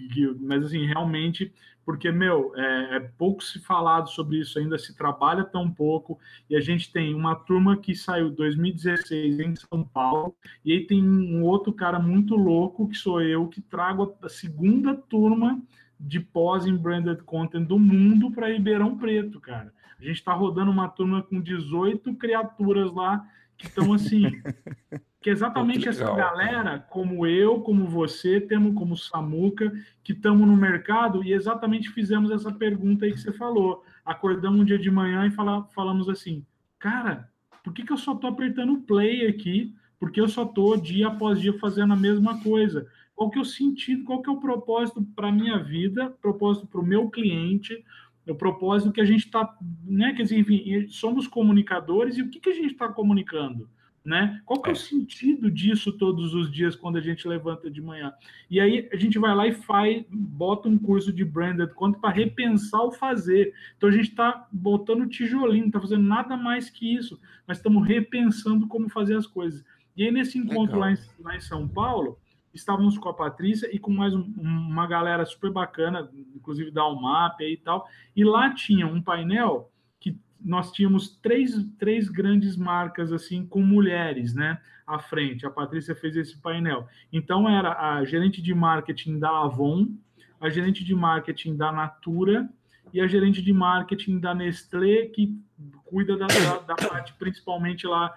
mas assim, realmente, porque, meu, é pouco se falado sobre isso ainda, se trabalha tão pouco, e a gente tem uma turma que saiu em 2016 em São Paulo, e aí tem um outro cara muito louco, que sou eu, que trago a segunda turma de pós em branded content do mundo para Ribeirão Preto, cara. A gente está rodando uma turma com 18 criaturas lá, que estão assim... que exatamente essa galera, como eu, como você, temos como Samuca, que estamos no mercado e exatamente fizemos essa pergunta aí que você falou. Acordamos um dia de manhã e falamos assim, cara, por que eu só estou apertando play aqui? Porque eu só estou dia após dia fazendo a mesma coisa. Qual que é o sentido, qual que é o propósito para a minha vida, propósito para o meu cliente, o propósito que a gente está... né? Quer dizer, enfim, somos comunicadores e o que a gente está comunicando? Né? Qual que é o sentido disso todos os dias quando a gente levanta de manhã? E aí a gente vai lá e bota um curso de branded content para repensar o fazer. Então a gente está botando tijolinho, não está fazendo nada mais que isso, mas estamos repensando como fazer as coisas. E aí nesse encontro lá em São Paulo, estávamos com a Patrícia e com mais uma galera super bacana, inclusive da Almap e tal, e lá tinha um painel que nós tínhamos três grandes marcas assim com mulheres, né, à frente. A Patrícia fez esse painel. Então era a gerente de marketing da Avon, a gerente de marketing da Natura e a gerente de marketing da Nestlé, que cuida da parte principalmente lá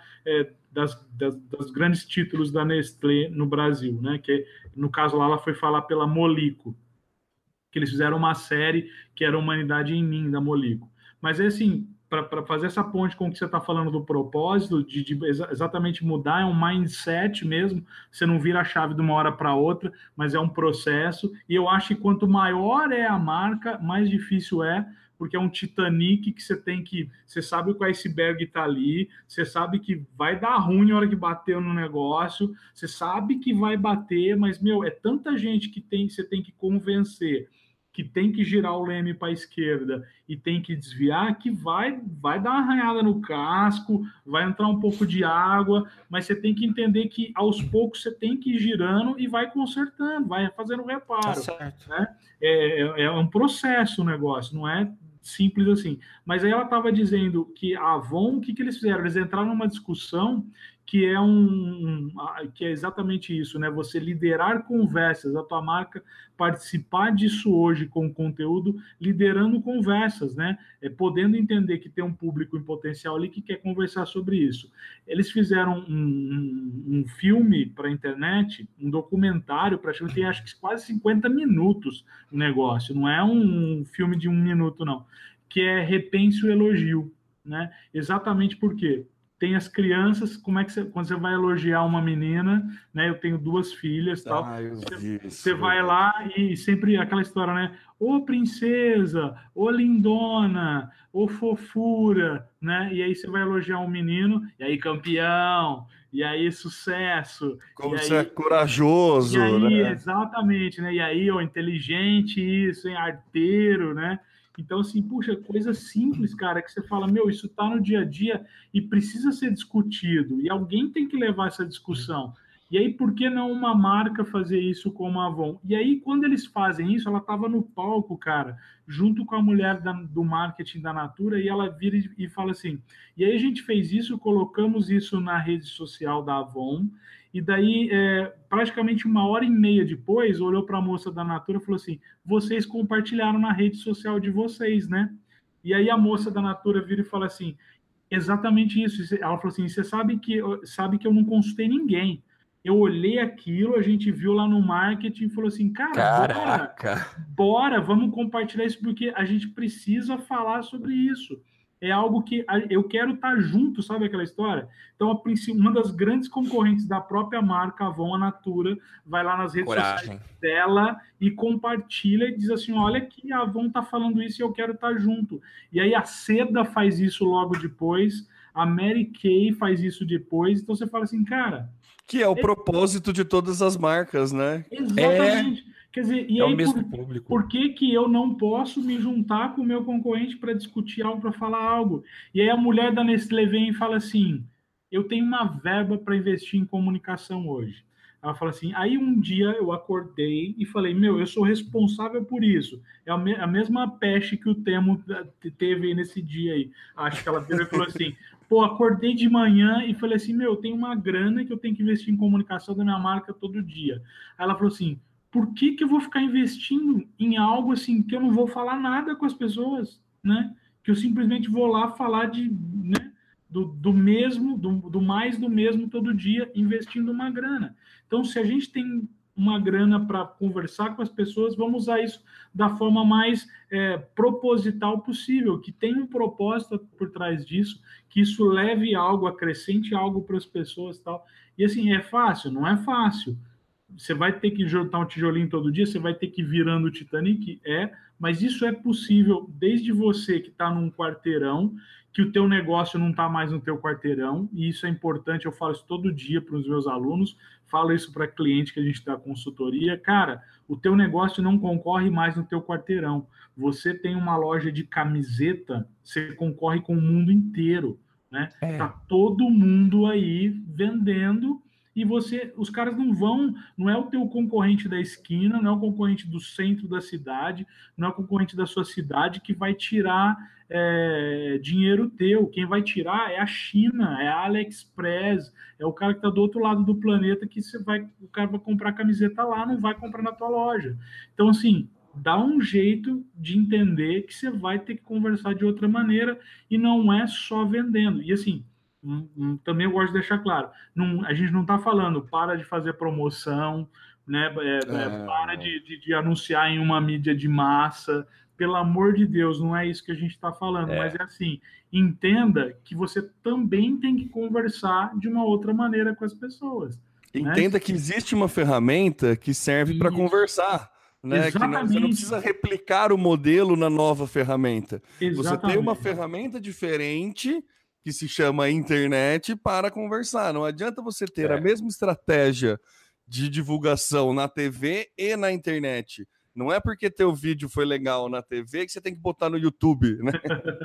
das grandes títulos da Nestlé no Brasil, né? Que no caso lá ela foi falar pela Molico, que eles fizeram uma série que era Humanidade em Mim, da Molico. Mas é assim, para fazer essa ponte com o que você está falando do propósito, de exatamente mudar, é um mindset mesmo, você não vira a chave de uma hora para outra, mas é um processo, e eu acho que quanto maior é a marca, mais difícil é, porque é um Titanic que você sabe que o iceberg está ali, você sabe que vai dar ruim na hora que bateu no negócio, você sabe que vai bater, mas, meu, é tanta gente que você tem que convencer, que tem que girar o leme para a esquerda e tem que desviar, que vai dar uma arranhada no casco, vai entrar um pouco de água, mas você tem que entender que aos poucos você tem que ir girando e vai consertando, vai fazendo reparo. Tá certo. Né? É um processo o negócio, não é simples assim. Mas aí ela estava dizendo que a Avon, o que eles fizeram? Eles entraram numa discussão que é que é exatamente isso, né? Você liderar conversas, a tua marca participar disso hoje com conteúdo, liderando conversas, né? Podendo entender que tem um público em potencial ali que quer conversar sobre isso. Eles fizeram um filme para a internet, um documentário, praticamente tem acho que quase 50 minutos o negócio, não é um filme de 1 minuto, não, que é Repense o Elogio, né? Exatamente por quê? Tem as crianças, como é que quando você vai elogiar uma menina, né? Eu tenho 2 filhas, tal. Você vai lá e sempre aquela história, né? Ô princesa, ô lindona, ô fofura, né? E aí você vai elogiar um menino, e aí campeão, e aí sucesso. Como você é corajoso, e aí, né? Exatamente, né? E aí, ó, inteligente isso, hein? Arteiro, né? Então, assim, puxa, coisa simples, cara, que você fala, meu, isso tá no dia a dia e precisa ser discutido, e alguém tem que levar essa discussão. E aí, por que não uma marca fazer isso como a Avon? E aí, quando eles fazem isso, ela estava no palco, cara, junto com a mulher do marketing da Natura, e ela vira e fala assim, e aí a gente fez isso, colocamos isso na rede social da Avon, e daí, praticamente 1h30 depois, olhou para a moça da Natura e falou assim, vocês compartilharam na rede social de vocês, né? E aí a moça da Natura vira e fala assim, Exatamente isso. Ela falou assim, você sabe que eu não consultei ninguém. Eu olhei aquilo, a gente viu lá no marketing e falou assim, cara, Caraca! bora, vamos compartilhar isso, porque a gente precisa falar sobre isso. É algo que eu quero estar junto, sabe aquela história? Então, uma das grandes concorrentes da própria marca Avon, a Natura, vai lá nas redes sociais dela e compartilha e diz assim, olha que a Avon está falando isso e eu quero estar junto. E aí a Seda faz isso logo depois, a Mary Kay faz isso depois, então você fala assim, cara... Que é o propósito de todas as marcas, né? Exatamente. Quer dizer, e é aí, o mesmo público. Por que eu não posso me juntar com o meu concorrente para discutir algo, para falar algo? E aí a mulher da Nestlé vem e fala assim, eu tenho uma verba para investir em comunicação hoje. Ela fala assim, aí um dia eu acordei e falei, eu sou responsável por isso. É a mesma peste que o Temo teve nesse dia aí. Acho que ela virou e falou assim, acordei de manhã e falei assim, eu tenho uma grana que eu tenho que investir em comunicação da minha marca todo dia. Aí ela falou assim, por que eu vou ficar investindo em algo assim que eu não vou falar nada com as pessoas, né? Que eu simplesmente vou lá falar do mesmo, do mais do mesmo todo dia, investindo uma grana. Então, se a gente tem uma grana para conversar com as pessoas, vamos usar isso da forma mais proposital possível, que tenha um propósito por trás disso, que isso leve algo, acrescente algo para as pessoas, tal. E assim, é fácil? Não é fácil. Você vai ter que juntar um tijolinho todo dia, você vai ter que ir virando o Titanic, mas isso é possível desde você que está num quarteirão, que o teu negócio não está mais no teu quarteirão, e isso é importante, eu falo isso todo dia para os meus alunos, falo isso para cliente que a gente dá consultoria, cara, o teu negócio não concorre mais no teu quarteirão, você tem uma loja de camiseta, você concorre com o mundo inteiro, né? Tá todo mundo aí vendendo, e os caras não é o teu concorrente da esquina, não é o concorrente do centro da cidade, não é o concorrente da sua cidade que vai tirar dinheiro teu. Quem vai tirar é a China, é a AliExpress, é o cara que está do outro lado do planeta que o cara vai comprar camiseta lá, não vai comprar na tua loja. Então, assim, dá um jeito de entender que você vai ter que conversar de outra maneira e não é só vendendo. E assim, também eu gosto de deixar claro, a gente não está falando para de fazer promoção, né? Para de anunciar em uma mídia de massa, pelo amor de Deus, não é isso que a gente está falando, mas é assim, entenda que você também tem que conversar de uma outra maneira com as pessoas. Entenda que existe uma ferramenta que serve para conversar. Né? Que você não precisa replicar o modelo na nova ferramenta. Exatamente. Você tem uma ferramenta diferente que se chama internet para conversar. Não adianta você ter a mesma estratégia de divulgação na TV e na internet. Não é porque teu vídeo foi legal na TV que você tem que botar no YouTube, né?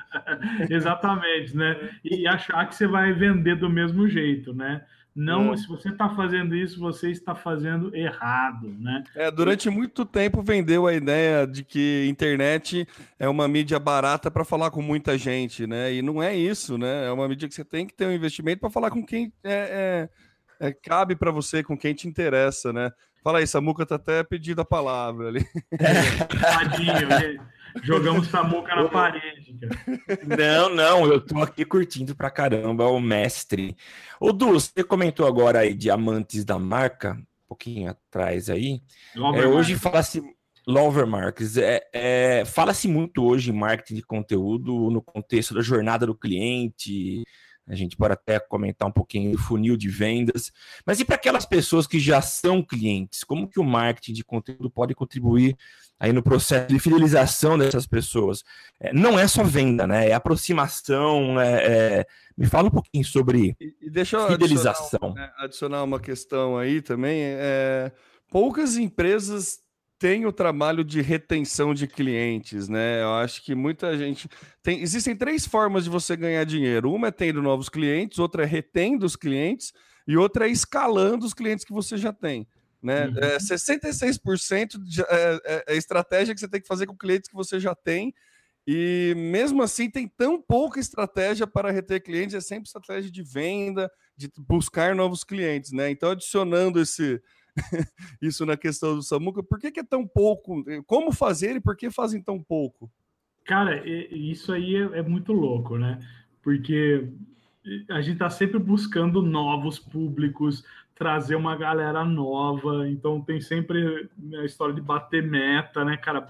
Exatamente, né? E achar que você vai vender do mesmo jeito, né? Não, se você está fazendo isso, você está fazendo errado, né? Durante muito tempo vendeu a ideia de que internet é uma mídia barata para falar com muita gente, né? E não é isso, né? É uma mídia que você tem que ter um investimento para falar com quem cabe para você, com quem te interessa, né? Fala aí, Samuca tá até pedindo a palavra ali. Tadinho, jogamos Samuca na parede, cara. Não, eu tô aqui curtindo pra caramba o mestre. Ô, Du, você comentou agora aí de amantes da marca, um pouquinho atrás aí. Hoje fala-se Lover Marks. Fala-se muito hoje em marketing de conteúdo no contexto da jornada do cliente. A gente pode até comentar um pouquinho do funil de vendas. Mas e para aquelas pessoas que já são clientes? Como que o marketing de conteúdo pode contribuir aí no processo de fidelização dessas pessoas? Não é só venda, né? É aproximação. Me fala um pouquinho sobre fidelização. Adicionar uma questão aí também. Poucas empresas tem o trabalho de retenção de clientes, né? Eu acho que muita gente... Existem 3 formas de você ganhar dinheiro. Uma é tendo novos clientes, outra é retendo os clientes e outra é escalando os clientes que você já tem, né? 66% é a estratégia que você tem que fazer com clientes que você já tem e mesmo assim tem tão pouca estratégia para reter clientes, é sempre estratégia de venda, de buscar novos clientes, né? Então, adicionando isso na questão do Samuca, por que é tão pouco? Como fazer e por que fazem tão pouco? Cara, isso aí é muito louco, né? porque a gente está sempre buscando novos públicos, trazer uma galera nova, então tem sempre a história de bater meta, né, cara?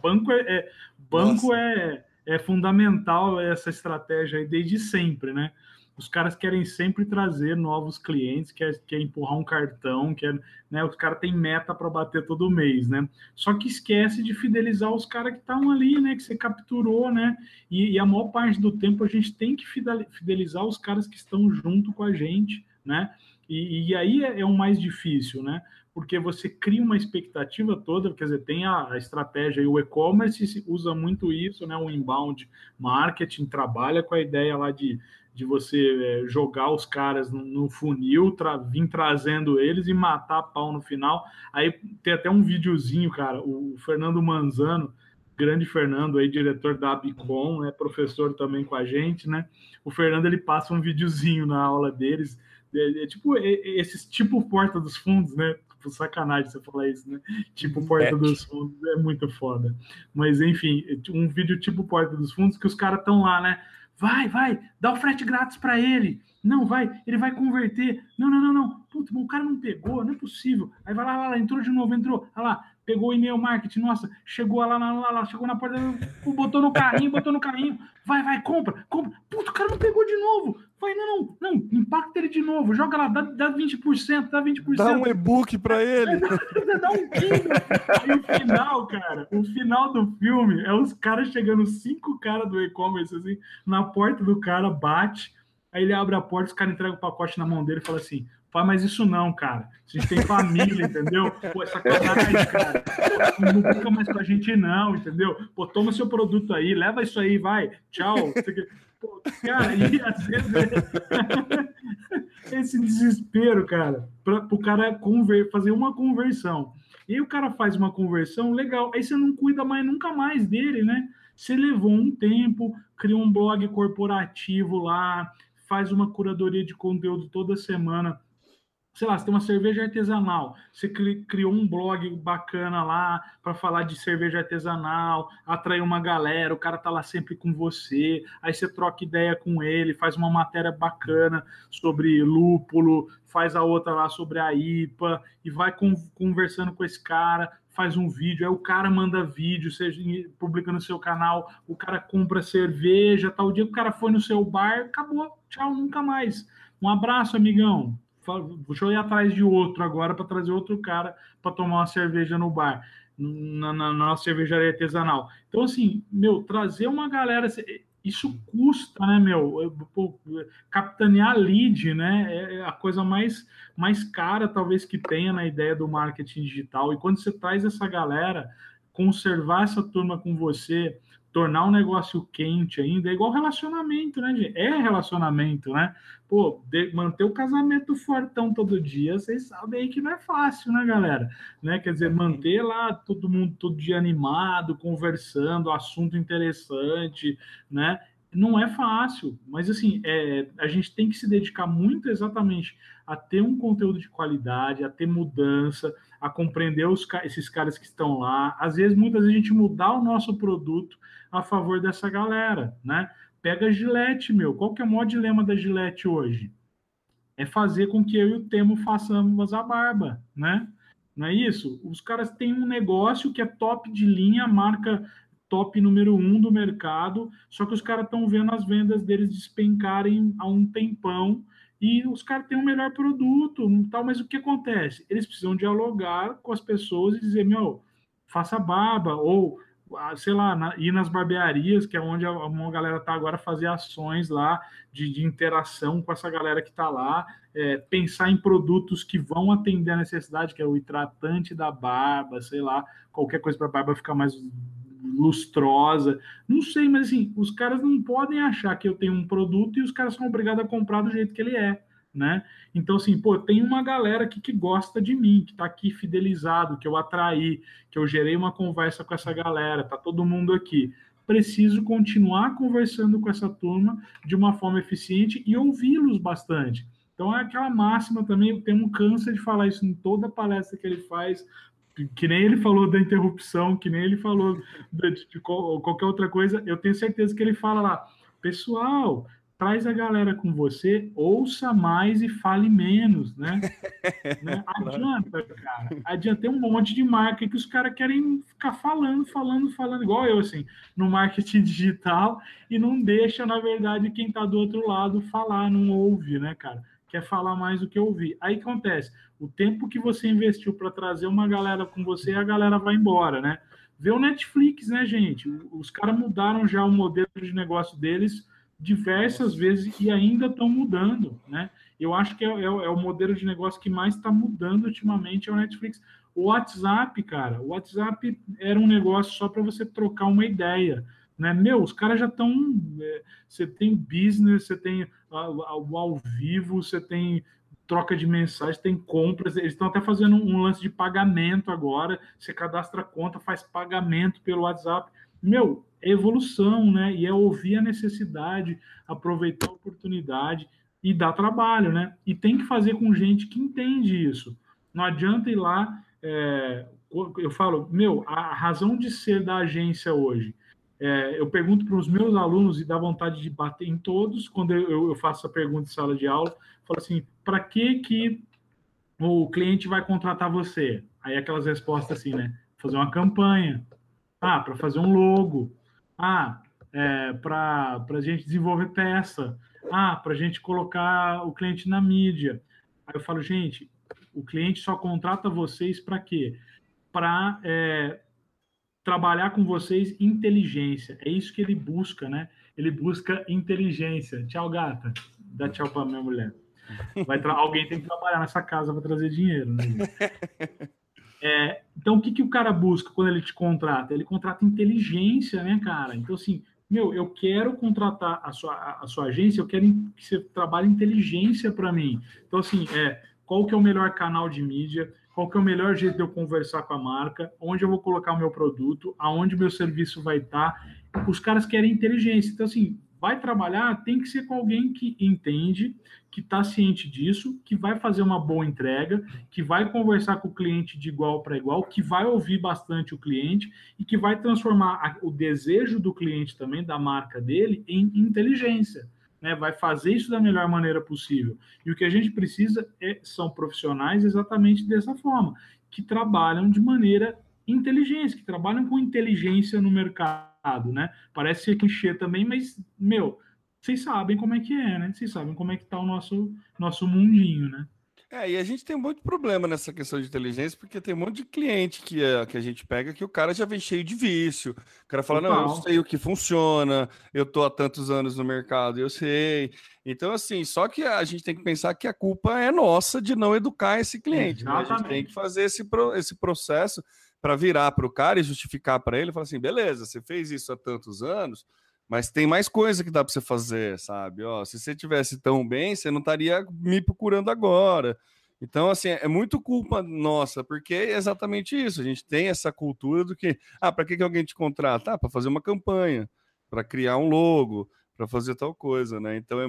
Banco é fundamental essa estratégia aí desde sempre, né? Os caras querem sempre trazer novos clientes, quer empurrar um cartão, né? Os caras têm meta para bater todo mês, né? Só que esquece de fidelizar os caras que estão ali, né? Que você capturou, né? E a maior parte do tempo a gente tem que fidelizar os caras que estão junto com a gente, né? E aí é o mais difícil, né? Porque você cria uma expectativa toda, quer dizer, tem a estratégia e o e-commerce usa muito isso, né? O inbound marketing trabalha com a ideia lá de você jogar os caras no funil, vir trazendo eles e matar a pau no final. Aí tem até um videozinho, cara, o Fernando Manzano, grande Fernando aí, diretor da Abicom, né, professor também com a gente, né? O Fernando, ele passa um videozinho na aula deles, tipo esses tipo Porta dos Fundos, né? Tipo, sacanagem você falar isso, né? Tipo Porta dos Fundos é muito foda. Mas enfim, um vídeo tipo Porta dos Fundos que os caras estão lá, né? Vai, dá o frete grátis para ele. Não, ele vai converter. Não. Puta, o cara não pegou, não é possível. Aí vai lá, entrou de novo, olha lá, pegou o e-mail marketing, nossa, chegou lá, chegou na porta, botou no carrinho, vai, compra. Puta, o cara não pegou de novo. Vai, não, impacta ele de novo, joga lá, dá 20%, dá 20%. Dá um e-book para ele. Dá um Kindle. Aí o final, cara, o final do filme é os caras chegando, 5 caras do e-commerce, assim, na porta do cara, bate, aí ele abre a porta, os caras entregam o pacote na mão dele e fala assim, faz mais isso não, cara. A gente tem família, entendeu? Pô, essa sacanagem, cara. Pô, não fica mais com a gente não, entendeu? Pô, toma seu produto aí, leva isso aí, vai, tchau. Pô, cara, e às vezes esse desespero, cara, para o cara fazer uma conversão. E aí o cara faz uma conversão, legal, aí você não cuida mais nunca mais dele, né? Você levou um tempo, cria um blog corporativo lá, faz uma curadoria de conteúdo toda semana. Sei lá, você tem uma cerveja artesanal, você criou um blog bacana lá para falar de cerveja artesanal, atrair uma galera, o cara tá lá sempre com você, aí você troca ideia com ele, faz uma matéria bacana sobre lúpulo, faz a outra lá sobre a IPA, e vai conversando com esse cara, faz um vídeo, aí o cara manda vídeo, você publica no seu canal, o cara compra cerveja, tal dia que o cara foi no seu bar, acabou, tchau, nunca mais. Um abraço, amigão. Deixa eu ir atrás de outro agora para trazer outro cara para tomar uma cerveja no bar, na nossa cervejaria artesanal. Então, assim, trazer uma galera, isso custa, né, capitanear lead, né, é a coisa mais cara, talvez, que tenha na ideia do marketing digital. E quando você traz essa galera, conservar essa turma com você, tornar um negócio quente ainda, é igual relacionamento, né, gente? É relacionamento, né? Pô, manter o casamento fortão todo dia, vocês sabem aí que não é fácil, né, galera? Né? Quer dizer, manter lá todo mundo todo dia animado, conversando, assunto interessante, né? Não é fácil, mas assim, a gente tem que se dedicar muito exatamente a ter um conteúdo de qualidade, a ter mudança, a compreender esses caras que estão lá. Às vezes, muitas vezes, a gente mudar o nosso produto a favor dessa galera, né? Pega a Gillette, qual que é o maior dilema da Gillette hoje? É fazer com que eu e o Temo façamos a barba, né? Não é isso? Os caras têm um negócio que é top de linha, marca top número 1 do mercado, só que os caras estão vendo as vendas deles despencarem há um tempão e os caras têm um melhor produto, tal, mas o que acontece? Eles precisam dialogar com as pessoas e dizer, faça barba, ou sei lá, ir nas barbearias, que é onde a galera está agora, fazer ações lá de interação com essa galera que está lá, pensar em produtos que vão atender a necessidade, que é o hidratante da barba, sei lá, qualquer coisa para a barba ficar mais lustrosa, não sei, mas assim, os caras não podem achar que eu tenho um produto e os caras são obrigados a comprar do jeito que ele é, né? Então, assim, tem uma galera aqui que gosta de mim, que tá aqui fidelizado, que eu atraí, que eu gerei uma conversa com essa galera, tá todo mundo aqui. Preciso continuar conversando com essa turma de uma forma eficiente e ouvi-los bastante. Então, é aquela máxima também, o Temo cansa de falar isso em toda palestra que ele faz, que nem ele falou da interrupção, que nem ele falou de qualquer outra coisa, eu tenho certeza que ele fala lá, pessoal, traz a galera com você, ouça mais e fale menos, né? Adianta, cara. Adianta. Tem um monte de marca que os caras querem ficar falando, igual eu, assim, no marketing digital, e não deixa, na verdade, quem tá do outro lado falar, não ouve, né, cara? Quer falar mais do que ouvir. Aí o que acontece? O tempo que você investiu para trazer uma galera com você, a galera vai embora, né? Vê o Netflix, né, gente? Os caras mudaram já o modelo de negócio deles diversas vezes e ainda estão mudando, né? Eu acho que é o modelo de negócio que mais está mudando ultimamente é o Netflix. O WhatsApp, cara, o WhatsApp era um negócio só para você trocar uma ideia, né? Meu, os caras já estão... você tem business, você tem ao vivo, você tem troca de mensagens, tem compras, eles estão até fazendo um lance de pagamento agora, você cadastra a conta, faz pagamento pelo WhatsApp. Meu, é evolução, né? E é ouvir a necessidade, aproveitar a oportunidade e dar trabalho, né? E tem que fazer com gente que entende isso. Não adianta ir lá... eu falo, meu, a razão de ser da agência hoje, eu pergunto para os meus alunos e dá vontade de bater em todos, quando eu faço essa pergunta em sala de aula, falo assim, para que o cliente vai contratar você? Aí aquelas respostas assim, né? Fazer uma campanha. Para fazer um logo. Para a gente desenvolver peça. Para a gente colocar o cliente na mídia. Aí eu falo, gente, o cliente só contrata vocês para quê? Para trabalhar com vocês inteligência. É isso que ele busca, né? Ele busca inteligência. Tchau, gata. Dá tchau para minha mulher. Alguém tem que trabalhar nessa casa para trazer dinheiro, né? Então, o que o cara busca quando ele te contrata? Ele contrata inteligência, né, cara? Então, assim, meu, eu quero contratar a sua agência, eu quero que você trabalhe inteligência para mim. Então, assim, qual que é o melhor canal de mídia? Qual que é o melhor jeito de eu conversar com a marca? Onde eu vou colocar o meu produto? Aonde meu serviço vai estar? Os caras querem inteligência. Então, assim, vai trabalhar, tem que ser com alguém que entende, que está ciente disso, que vai fazer uma boa entrega, que vai conversar com o cliente de igual para igual, que vai ouvir bastante o cliente e que vai transformar o desejo do cliente também, da marca dele, em inteligência. Né? Vai fazer isso da melhor maneira possível. E o que a gente precisa são profissionais exatamente dessa forma, que trabalham de maneira inteligente, que trabalham com inteligência no mercado, né? Parece ser clichê também, mas, meu, vocês sabem como é que é, né? Vocês sabem como é que tá o nosso mundinho, né? E a gente tem um monte de problema nessa questão de inteligência, porque tem um monte de cliente que a gente pega que o cara já vem cheio de vício. O cara fala, Total. não, eu sei o que funciona, eu tô há tantos anos no mercado, eu sei. Então, assim, só que a gente tem que pensar que a culpa é nossa de não educar esse cliente. Né? A gente tem que fazer esse processo para virar para o cara e justificar para ele, falar assim, beleza, você fez isso há tantos anos, mas tem mais coisa que dá para você fazer, sabe? Se você tivesse tão bem, você não estaria me procurando agora. Então, assim, é muito culpa nossa, porque é exatamente isso. A gente tem essa cultura do que, para que alguém te contrata? Para fazer uma campanha, para criar um logo, para fazer tal coisa, né? Então,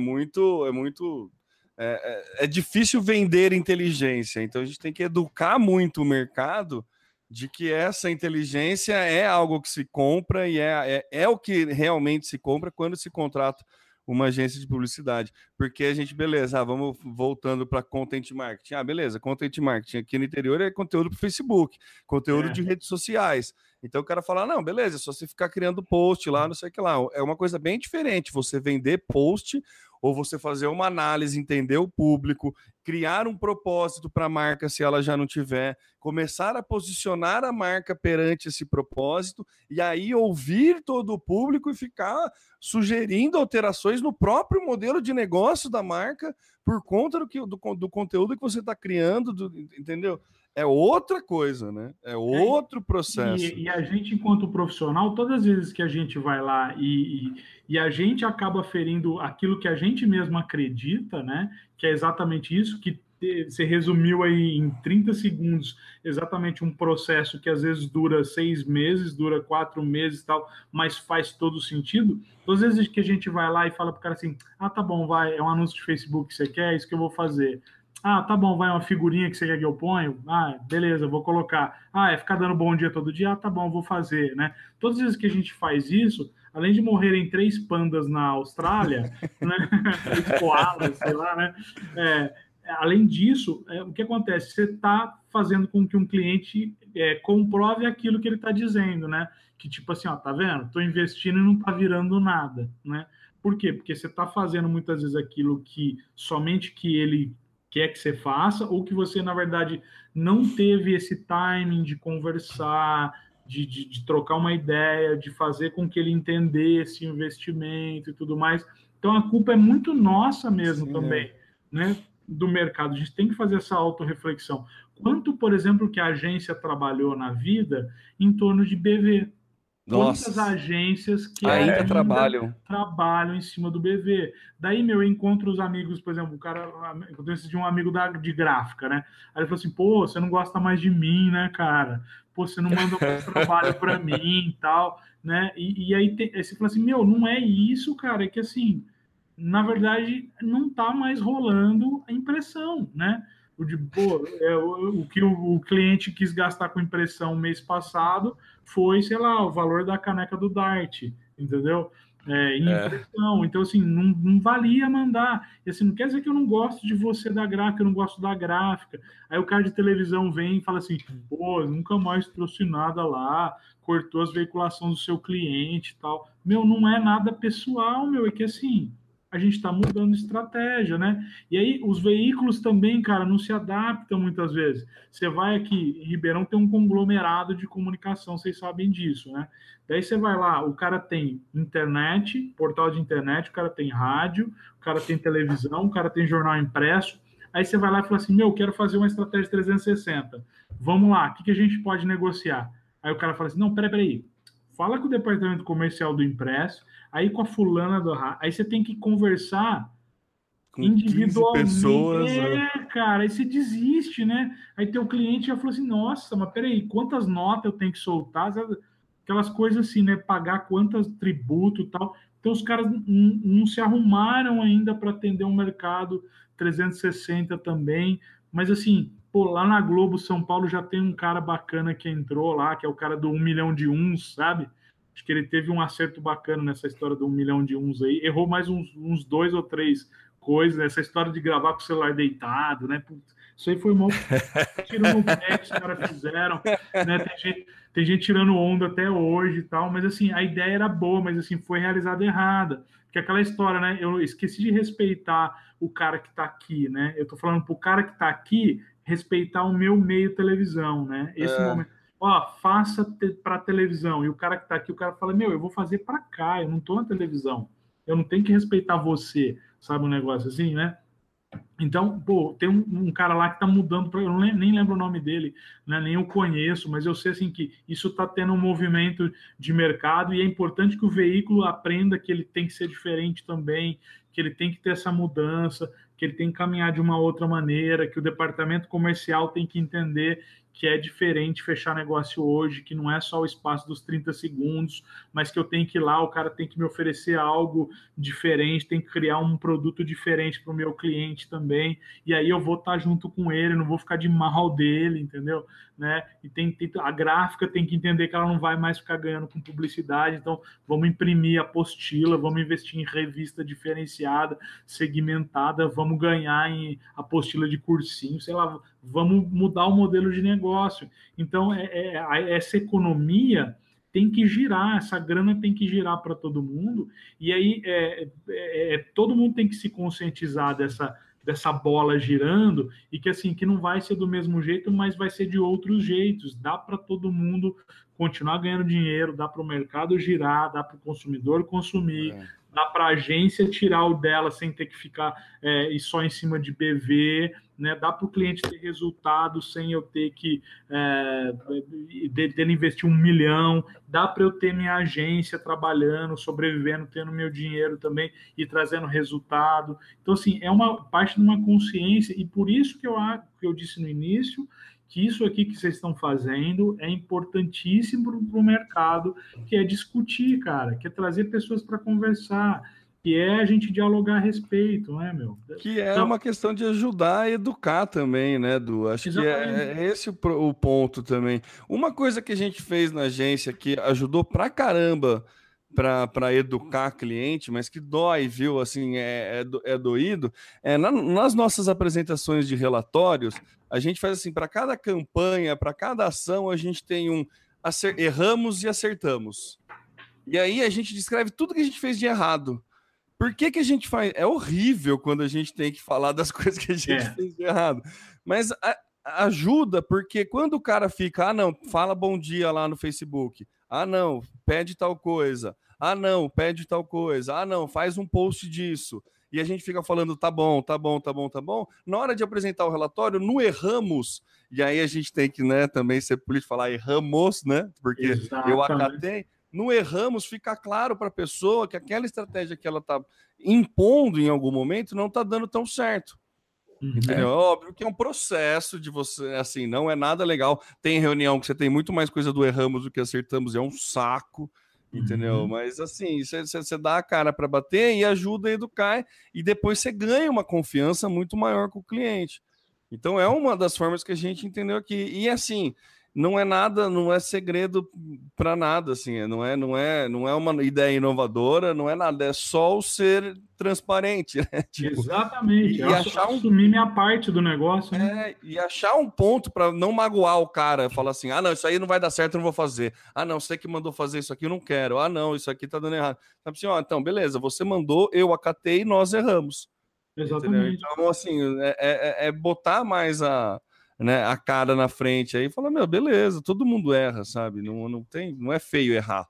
é difícil vender inteligência. Então, a gente tem que educar muito o mercado de que essa inteligência é algo que se compra e é o que realmente se compra quando se contrata uma agência de publicidade. Porque a gente, beleza, vamos voltando para content marketing. Beleza, content marketing aqui no interior é conteúdo para o Facebook, conteúdo de redes sociais. Então o cara fala, não, beleza, é só você ficar criando post lá, não sei o que lá. É uma coisa bem diferente você vender post ou você fazer uma análise, entender o público, criar um propósito para a marca se ela já não tiver, começar a posicionar a marca perante esse propósito e aí ouvir todo o público e ficar sugerindo alterações no próprio modelo de negócio da marca por conta do conteúdo que você está criando, entendeu? É outra coisa, né? É outro processo. E a gente, enquanto profissional, todas as vezes que a gente vai lá e a gente acaba ferindo aquilo que a gente mesmo acredita, né? Que é exatamente isso, que você resumiu aí em 30 segundos exatamente um processo que às vezes dura 6 meses, dura 4 meses e tal, mas faz todo sentido. Todas as vezes que a gente vai lá e fala pro cara assim, tá bom, vai, é um anúncio de Facebook que você quer, é isso que eu vou fazer. Tá bom, vai uma figurinha que você quer que eu ponha? Beleza, vou colocar. É ficar dando bom dia todo dia? Tá bom, vou fazer, né? Todas as vezes que a gente faz isso, além de morrerem 3 pandas na Austrália, né? 3 koalas, sei lá, né? Além disso, o que acontece? Você está fazendo com que um cliente comprove aquilo que ele está dizendo, né? Que tipo assim, ó, tá vendo? Estou investindo e não está virando nada, né? Por quê? Porque você está fazendo muitas vezes aquilo que somente que ele quer que você faça, ou que você, na verdade, não teve esse timing de conversar, de trocar uma ideia, de fazer com que ele entendesse o investimento e tudo mais. Então, a culpa é muito nossa mesmo também, né? Do mercado. A gente tem que fazer essa autorreflexão. Quanto, por exemplo, que a agência trabalhou na vida em torno de BV? Quantas agências que ainda trabalham em cima do BV? Daí, eu encontro os amigos, por exemplo, eu decidi um amigo de gráfica, né? Aí ele falou assim, pô, você não gosta mais de mim, né, cara? Pô, você não manda mais trabalho para mim e tal, né? E aí você fala assim, não é isso, cara, é que assim, na verdade, não está mais rolando a impressão, né? O que o cliente quis gastar com impressão mês passado foi, sei lá, o valor da caneca do Dart, entendeu? Em impressão. Então, assim, não valia mandar. E assim, não quer dizer que eu não gosto de você da gráfica, eu não gosto da gráfica. Aí o cara de televisão vem e fala assim, pô, nunca mais trouxe nada lá, cortou as veiculações do seu cliente e tal. Não é nada pessoal, é que assim, a gente está mudando estratégia, né? E aí os veículos também, cara, não se adaptam muitas vezes. Você vai aqui, em Ribeirão tem um conglomerado de comunicação, vocês sabem disso, né? Daí você vai lá, o cara tem internet, portal de internet, o cara tem rádio, o cara tem televisão, o cara tem jornal impresso. Aí você vai lá e fala assim, quero fazer uma estratégia 360. Vamos lá, o que a gente pode negociar? Aí o cara fala assim, não, peraí. Fala com o departamento comercial do impresso, aí com a fulana do rádio. Aí você tem que conversar com individualmente. Pessoas, cara, aí você desiste, né? Aí teu cliente já falou assim, nossa, mas peraí, quantas notas eu tenho que soltar? Aquelas coisas assim, né? Pagar quantos tributos e tal. Então os caras não se arrumaram ainda para atender um mercado 360 também. Mas assim, pô, lá na Globo, São Paulo, já tem um cara bacana que entrou lá, que é o cara do 1 milhão de uns, sabe? Acho que ele teve um acerto bacana nessa história do 1 milhão de uns aí. Errou mais uns 2 ou 3 coisas. Essa história de gravar com o celular deitado, né? Isso aí foi mal tirando o pé que os caras fizeram, né? Tem gente tirando onda até hoje e tal, mas assim, a ideia era boa, mas assim, foi realizada errada. Que é aquela história, né? Eu esqueci de respeitar o cara que está aqui, né? Eu tô falando pro cara que está aqui respeitar o meu meio televisão, né? Esse momento. Faça para televisão. E o cara que está aqui, o cara fala, eu vou fazer para cá, eu não estou na televisão. Eu não tenho que respeitar você, sabe um negócio assim, né? Então, pô, tem um cara lá que está mudando, eu nem lembro o nome dele, né? Nem eu conheço, mas eu sei assim que isso está tendo um movimento de mercado e é importante que o veículo aprenda que ele tem que ser diferente também, que ele tem que ter essa mudança, que ele tem que caminhar de uma outra maneira, que o departamento comercial tem que entender que é diferente fechar negócio hoje, que não é só o espaço dos 30 segundos, mas que eu tenho que ir lá, o cara tem que me oferecer algo diferente, tem que criar um produto diferente para o meu cliente também, e aí eu vou estar junto com ele, não vou ficar de mal dele, entendeu? Né? E a gráfica tem que entender que ela não vai mais ficar ganhando com publicidade, então vamos imprimir apostila, vamos investir em revista diferenciada, segmentada, vamos ganhar em apostila de cursinho, sei lá, vamos mudar o modelo de negócio. Então, essa economia tem que girar, essa grana tem que girar para todo mundo, e aí todo mundo tem que se conscientizar dessa bola girando, e que assim, que não vai ser do mesmo jeito, mas vai ser de outros jeitos. Dá para todo mundo continuar ganhando dinheiro, dá para o mercado girar, dá para o consumidor consumir, dá para a agência tirar o dela sem ter que ficar só em cima de BV, né? Dá para o cliente ter resultado sem eu ter que dele investir 1 milhão, dá para eu ter minha agência trabalhando, sobrevivendo, tendo meu dinheiro também e trazendo resultado. Então, assim, é uma parte de uma consciência, e por isso que eu disse no início que isso aqui que vocês estão fazendo é importantíssimo para o mercado, que é discutir, cara, que é trazer pessoas para conversar, que é a gente dialogar a respeito, né, meu? Que é uma questão de ajudar a educar também, né, Du? Acho Exatamente. Que é esse o ponto também. Uma coisa que a gente fez na agência que ajudou pra caramba para educar cliente, mas que dói, viu? Assim, é doído. Nas nossas apresentações de relatórios, a gente faz assim, para cada campanha, para cada ação, a gente tem erramos e acertamos. E aí a gente descreve tudo que a gente fez de errado. Por que a gente faz? É horrível quando a gente tem que falar das coisas que a gente fez de errado. Mas ajuda, porque quando o cara fica, não, fala bom dia lá no Facebook. Não, pede tal coisa. Não, pede tal coisa. Não, faz um post disso. E a gente fica falando, tá bom. Na hora de apresentar o relatório, não erramos. E aí a gente tem que, né, também ser político, falar erramos, né? Porque eu acatei. Não erramos, fica claro para a pessoa que aquela estratégia que ela está impondo em algum momento não está dando tão certo. Entendeu? Óbvio que é um processo de você, assim, não é nada legal. Tem reunião que você tem muito mais coisa do erramos do que acertamos, é um saco, entendeu? Mas assim, você dá a cara para bater e ajuda a educar, e depois você ganha uma confiança muito maior com o cliente. Então é uma das formas que a gente entendeu aqui. E assim, não é nada, não é segredo para nada, assim, não é uma ideia inovadora, não é nada, é só o ser transparente, né? Tipo, exatamente, e achar assumir minha parte do negócio, né? E achar um ponto para não magoar o cara, falar assim, não, isso aí não vai dar certo, eu não vou fazer. Não, você que mandou fazer isso aqui, eu não quero. Não, isso aqui tá dando errado. Assim, então, beleza, você mandou, eu acatei, nós erramos. Exatamente. Entendeu? Então, assim, é botar mais a cara na frente aí e falar, beleza, todo mundo erra, sabe? Não é feio errar.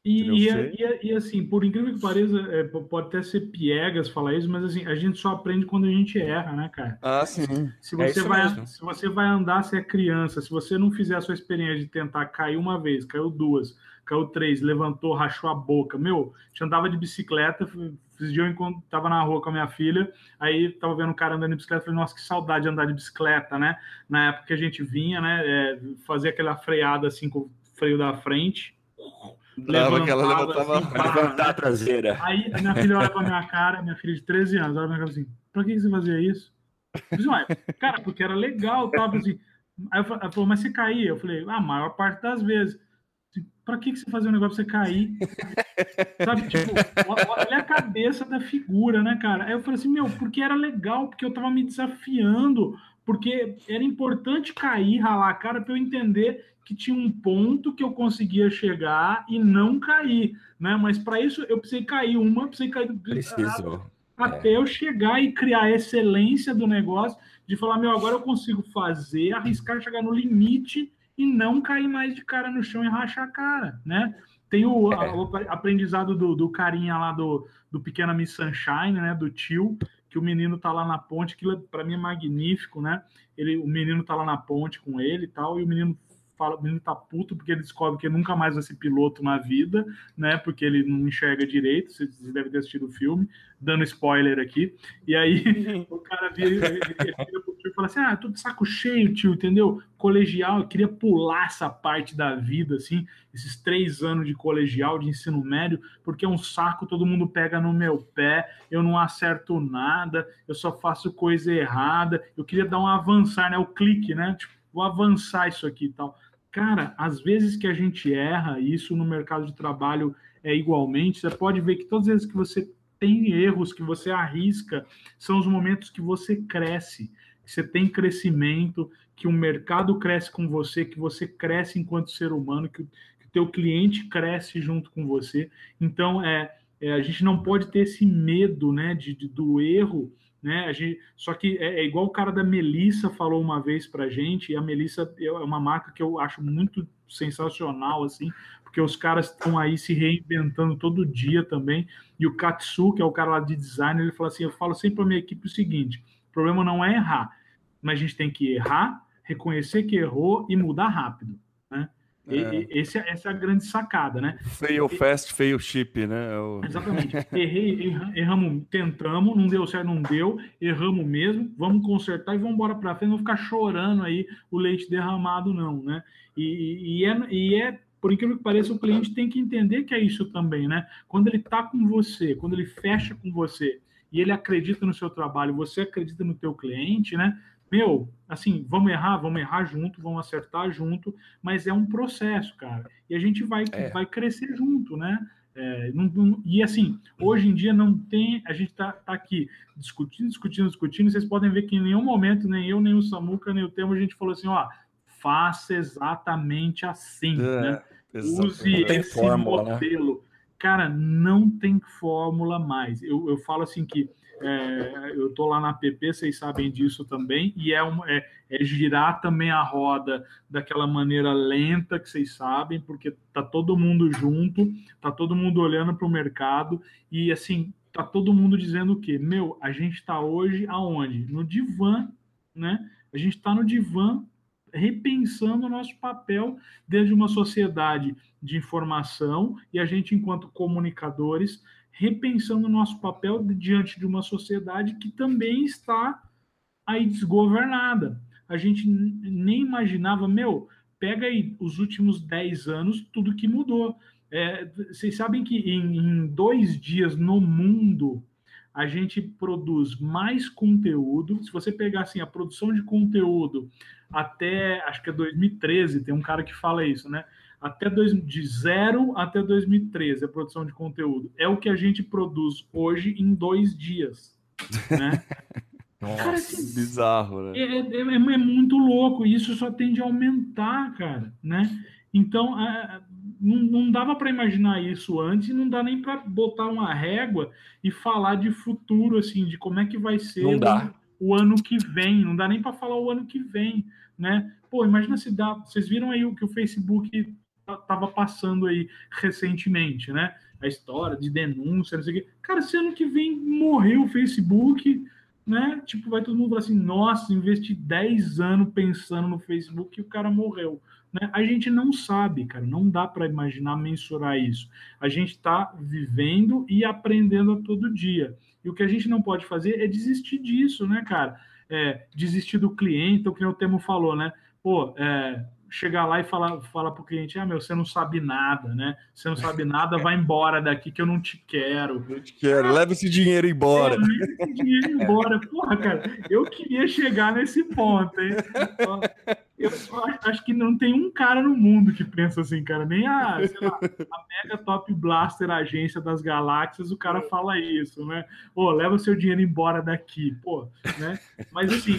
E assim, por incrível que pareça, pode até ser piegas falar isso, mas assim, a gente só aprende quando a gente erra, né, cara? Sim. Se você vai andar, se é criança, se você não fizer a sua experiência de tentar cair uma vez, caiu duas, caiu três, levantou, rachou a boca, a gente andava de bicicleta, esses dias eu tava na rua com a minha filha, aí tava vendo um cara andando de bicicleta, falei, nossa, que saudade de andar de bicicleta, né? Na época que a gente vinha, né, fazia aquela freada assim com o freio da frente, levantava assim, para levantar a traseira. Aí a minha filha olha pra minha cara, minha filha de 13 anos, olha pra minha cara assim, pra que você fazia isso? Eu disse, cara, porque era legal, tava assim. Aí ela falou, mas você caía? Eu falei, a maior parte das vezes. Pra que você fazia um negócio pra você cair? Sabe, tipo, olha a cabeça da figura, né, cara? Aí eu falei assim, porque era legal, porque eu tava me desafiando, porque era importante cair, ralar a cara pra eu entender que tinha um ponto que eu conseguia chegar e não cair, né? Mas para isso eu precisei cair até eu chegar e criar a excelência do negócio, de falar, agora eu consigo fazer, arriscar, chegar no limite e não cair mais de cara no chão e rachar a cara, né? Tem o aprendizado do carinha lá do Pequena Miss Sunshine, né? Do tio, que o menino tá lá na ponte, que para mim é magnífico, né? O menino tá lá na ponte com ele e tal, e o menino tá puto porque ele descobre que nunca mais vai ser piloto na vida, né? Porque ele não enxerga direito. Vocês devem ter assistido o filme, dando spoiler aqui. E aí o cara vira pro tio e fala assim: tô de saco cheio, tio, entendeu? Colegial, eu queria pular essa parte da vida, assim, esses 3 anos de colegial, de ensino médio, porque é um saco, todo mundo pega no meu pé, eu não acerto nada, eu só faço coisa errada, eu queria dar um avançar, né? O clique, né? Tipo, vou avançar isso aqui e tal. Cara, às vezes que a gente erra, isso no mercado de trabalho é igualmente, você pode ver que todas as vezes que você tem erros, que você arrisca, são os momentos que você cresce, que você tem crescimento, que o mercado cresce com você, que você cresce enquanto ser humano, que o teu cliente cresce junto com você. Então, a gente não pode ter esse medo, né, do erro, né? Só que é igual o cara da Melissa falou uma vez pra gente, e a Melissa é uma marca que eu acho muito sensacional, assim, porque os caras estão aí se reinventando todo dia também, e o Katsu, que é o cara lá de design, ele fala assim, eu falo sempre pra minha equipe o seguinte, o problema não é errar, mas a gente tem que errar, reconhecer que errou e mudar rápido, né? Essa é a grande sacada, né? Fail fast, fail cheap, né? Exatamente. Erramos, tentamos, não deu certo, não deu, erramos mesmo, vamos consertar e vamos embora para frente, não ficar chorando aí o leite derramado, não, né? Por incrível que pareça, o cliente tem que entender que é isso também, né? Quando ele está com você, quando ele fecha com você e ele acredita no seu trabalho, você acredita no teu cliente, né? Assim, vamos errar junto, vamos acertar junto, mas é um processo, cara. E a gente vai crescer junto, né? E assim, hoje em dia não tem, a gente tá aqui discutindo, vocês podem ver que em nenhum momento, nem eu, nem o Samuca, nem o Temo, a gente falou assim, ó, faça exatamente assim, né? Use esse fórmula, modelo. Né? Cara, não tem fórmula mais. Eu falo assim que eu tô lá na app, vocês sabem disso também, e é girar também a roda daquela maneira lenta que vocês sabem, porque tá todo mundo junto, tá todo mundo olhando para o mercado, e assim, tá todo mundo dizendo o quê? Meu, a gente está hoje aonde? No divã, né? A gente está no divã repensando o nosso papel dentro de uma sociedade de informação, e a gente, enquanto comunicadores, repensando o nosso papel diante de uma sociedade que também está aí desgovernada. A gente nem imaginava, pega aí os últimos 10 anos, tudo que mudou. Vocês sabem que em 2 dias no mundo, a gente produz mais conteúdo. Se você pegar assim, a produção de conteúdo até, acho que é 2013, tem um cara que fala isso, né? De 0 até 2013, a produção de conteúdo. É o que a gente produz hoje em 2 dias. Né? Nossa, cara, assim, bizarro, né? É muito louco. E isso só tende a aumentar, cara. Né? Então, não dava para imaginar isso antes, e não dá nem para botar uma régua e falar de futuro, assim, de como é que vai ser o ano que vem. Não dá nem para falar o ano que vem. Né? Pô, imagina se dá. Vocês viram aí o que o Facebook estava passando aí recentemente, né? A história de denúncia, não sei o quê. Cara, esse ano que vem morreu o Facebook, né? Tipo, vai todo mundo falar assim, nossa, investi 10 anos pensando no Facebook e o cara morreu. Né? A gente não sabe, cara, não dá para imaginar, mensurar isso. A gente está vivendo e aprendendo a todo dia. E o que a gente não pode fazer é desistir disso, né, cara? Desistir do cliente, o que o Temo falou, né? Pô, chegar lá e falar para o cliente, você não sabe nada, né? Você não sabe nada, vai embora daqui que eu não te quero. Eu te quero, leva esse dinheiro embora. Leva esse dinheiro embora. Porra, cara, eu queria chegar nesse ponto, hein? Eu acho que não tem um cara no mundo que pensa assim, cara. Nem a Mega Top Blaster, agência das galáxias, o cara fala isso, né? Leva seu dinheiro embora daqui, pô, né? Mas assim,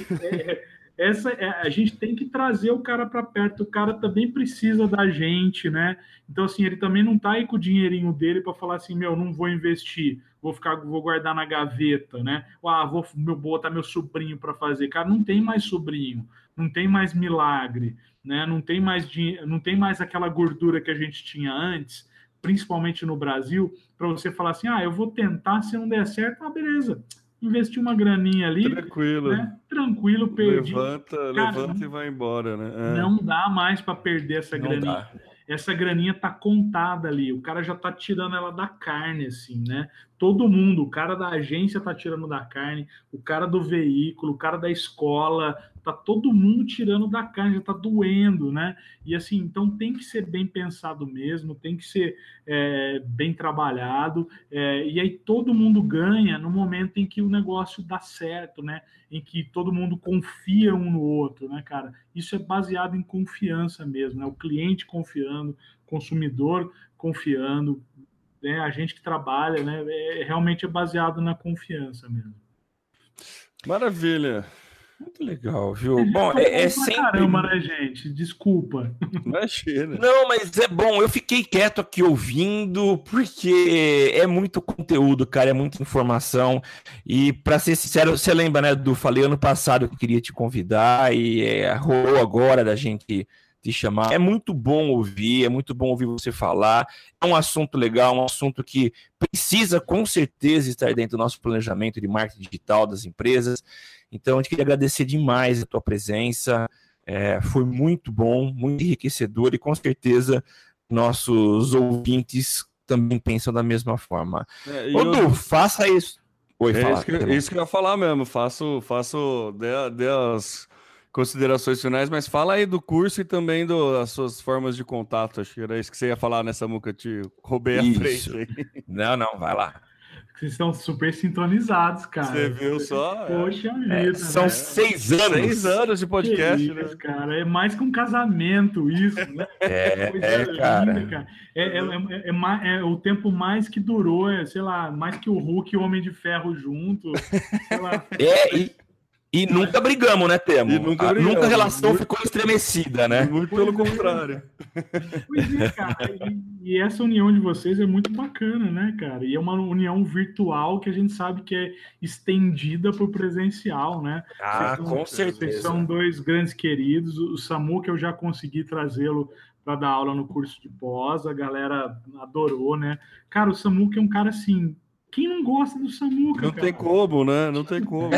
a gente tem que trazer o cara para perto, o cara também precisa da gente, né? Então, assim, ele também não tá aí com o dinheirinho dele para falar assim, não vou investir, vou guardar na gaveta, né? Vou botar meu sobrinho para fazer. Cara, não tem mais sobrinho, não tem mais milagre, né? Não tem mais aquela gordura que a gente tinha antes, principalmente no Brasil, para você falar assim, eu vou tentar, se não der certo, beleza. Investir uma graninha ali, tranquilo, né? Tranquilo, perdi. Levanta e vai embora, né? Não dá mais para perder essa graninha. Essa graninha tá contada ali, o cara já tá tirando ela da carne, assim, né? Todo mundo, o cara da agência tá tirando da carne, o cara do veículo, o cara da escola, tá todo mundo tirando da carne, já tá doendo, né? E assim, então tem que ser bem pensado mesmo, tem que ser bem trabalhado, e aí todo mundo ganha no momento em que o negócio dá certo, né? Em que todo mundo confia um no outro, né, cara? Isso é baseado em confiança mesmo, né? O cliente confiando, o consumidor confiando, né? A gente que trabalha, né? Realmente é baseado na confiança mesmo. Maravilha. Muito legal, viu? Bom, sempre... Caramba, né, gente? Desculpa. Imagina. Não, mas é bom. Eu fiquei quieto aqui ouvindo, porque é muito conteúdo, cara, é muita informação. E, para ser sincero, você lembra, né, falei ano passado que eu queria te convidar e rolou agora da gente te chamar. É muito bom ouvir você falar. É um assunto legal, um assunto que precisa, com certeza, estar dentro do nosso planejamento de marketing digital das empresas. Então, eu te queria agradecer demais a tua presença, foi muito bom, muito enriquecedor e com certeza nossos ouvintes também pensam da mesma forma. Du, faça isso. Oi, fala. Isso que eu ia falar mesmo, faço as considerações finais, mas fala aí do curso e também das suas formas de contato, acho que era isso que você ia falar nessa muca, te roubei a frente aí. Não, vai lá. Vocês estão super sintonizados, cara. Você viu só? Poxa vida. São 6 anos. 6 anos de podcast, que isso, né? Cara, é mais que um casamento isso, né? Cara. É o tempo mais que durou, sei lá, mais que o Hulk e o Homem de Ferro junto. Sei lá. E nunca brigamos, né, Temo? Nunca a relação ficou estremecida, né? Muito pelo contrário. Pois é, cara. E essa união de vocês é muito bacana, né, cara? E é uma união virtual que a gente sabe que é estendida para o presencial, né? Com certeza. Vocês são 2 grandes queridos. O Samu, que eu já consegui trazê-lo para dar aula no curso de pós, a galera adorou, né? Cara, o Samu que é um cara assim... Quem não gosta do Samuca, Não tem como, né? Não tem como.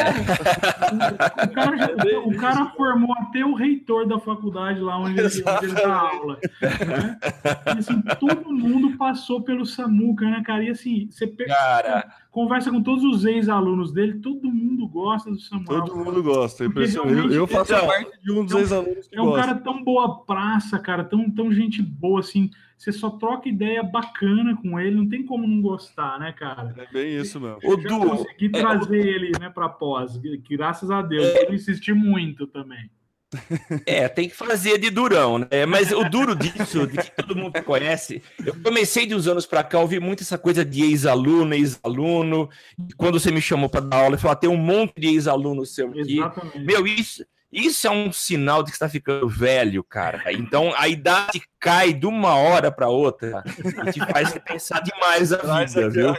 O cara formou até o reitor da faculdade lá onde ele dá aula. Né? E, assim, todo mundo passou pelo Samuca, né, cara? E assim, você conversa com todos os ex-alunos dele, todo mundo gosta do Samuel. Todo mundo gosta, impressionante. Eu faço parte de um dos ex-alunos que gosta. É um cara tão boa praça, cara, tão gente boa, assim. Você só troca ideia bacana com ele, não tem como não gostar, né, cara? É bem isso mesmo. Eu já consegui trazer ele, né, para pós, graças a Deus. Ele insistiu muito também. Tem que fazer de durão, né? Mas o duro disso, de que todo mundo conhece, eu comecei de uns anos para cá, ouvi muito essa coisa de ex-aluno. Quando você me chamou para dar aula, eu falei, tem um monte de ex-alunos seu aqui. Exatamente. Meu, isso é um sinal de que você está ficando velho, cara. Então a idade cai de uma hora para outra e te faz pensar demais a vida, viu?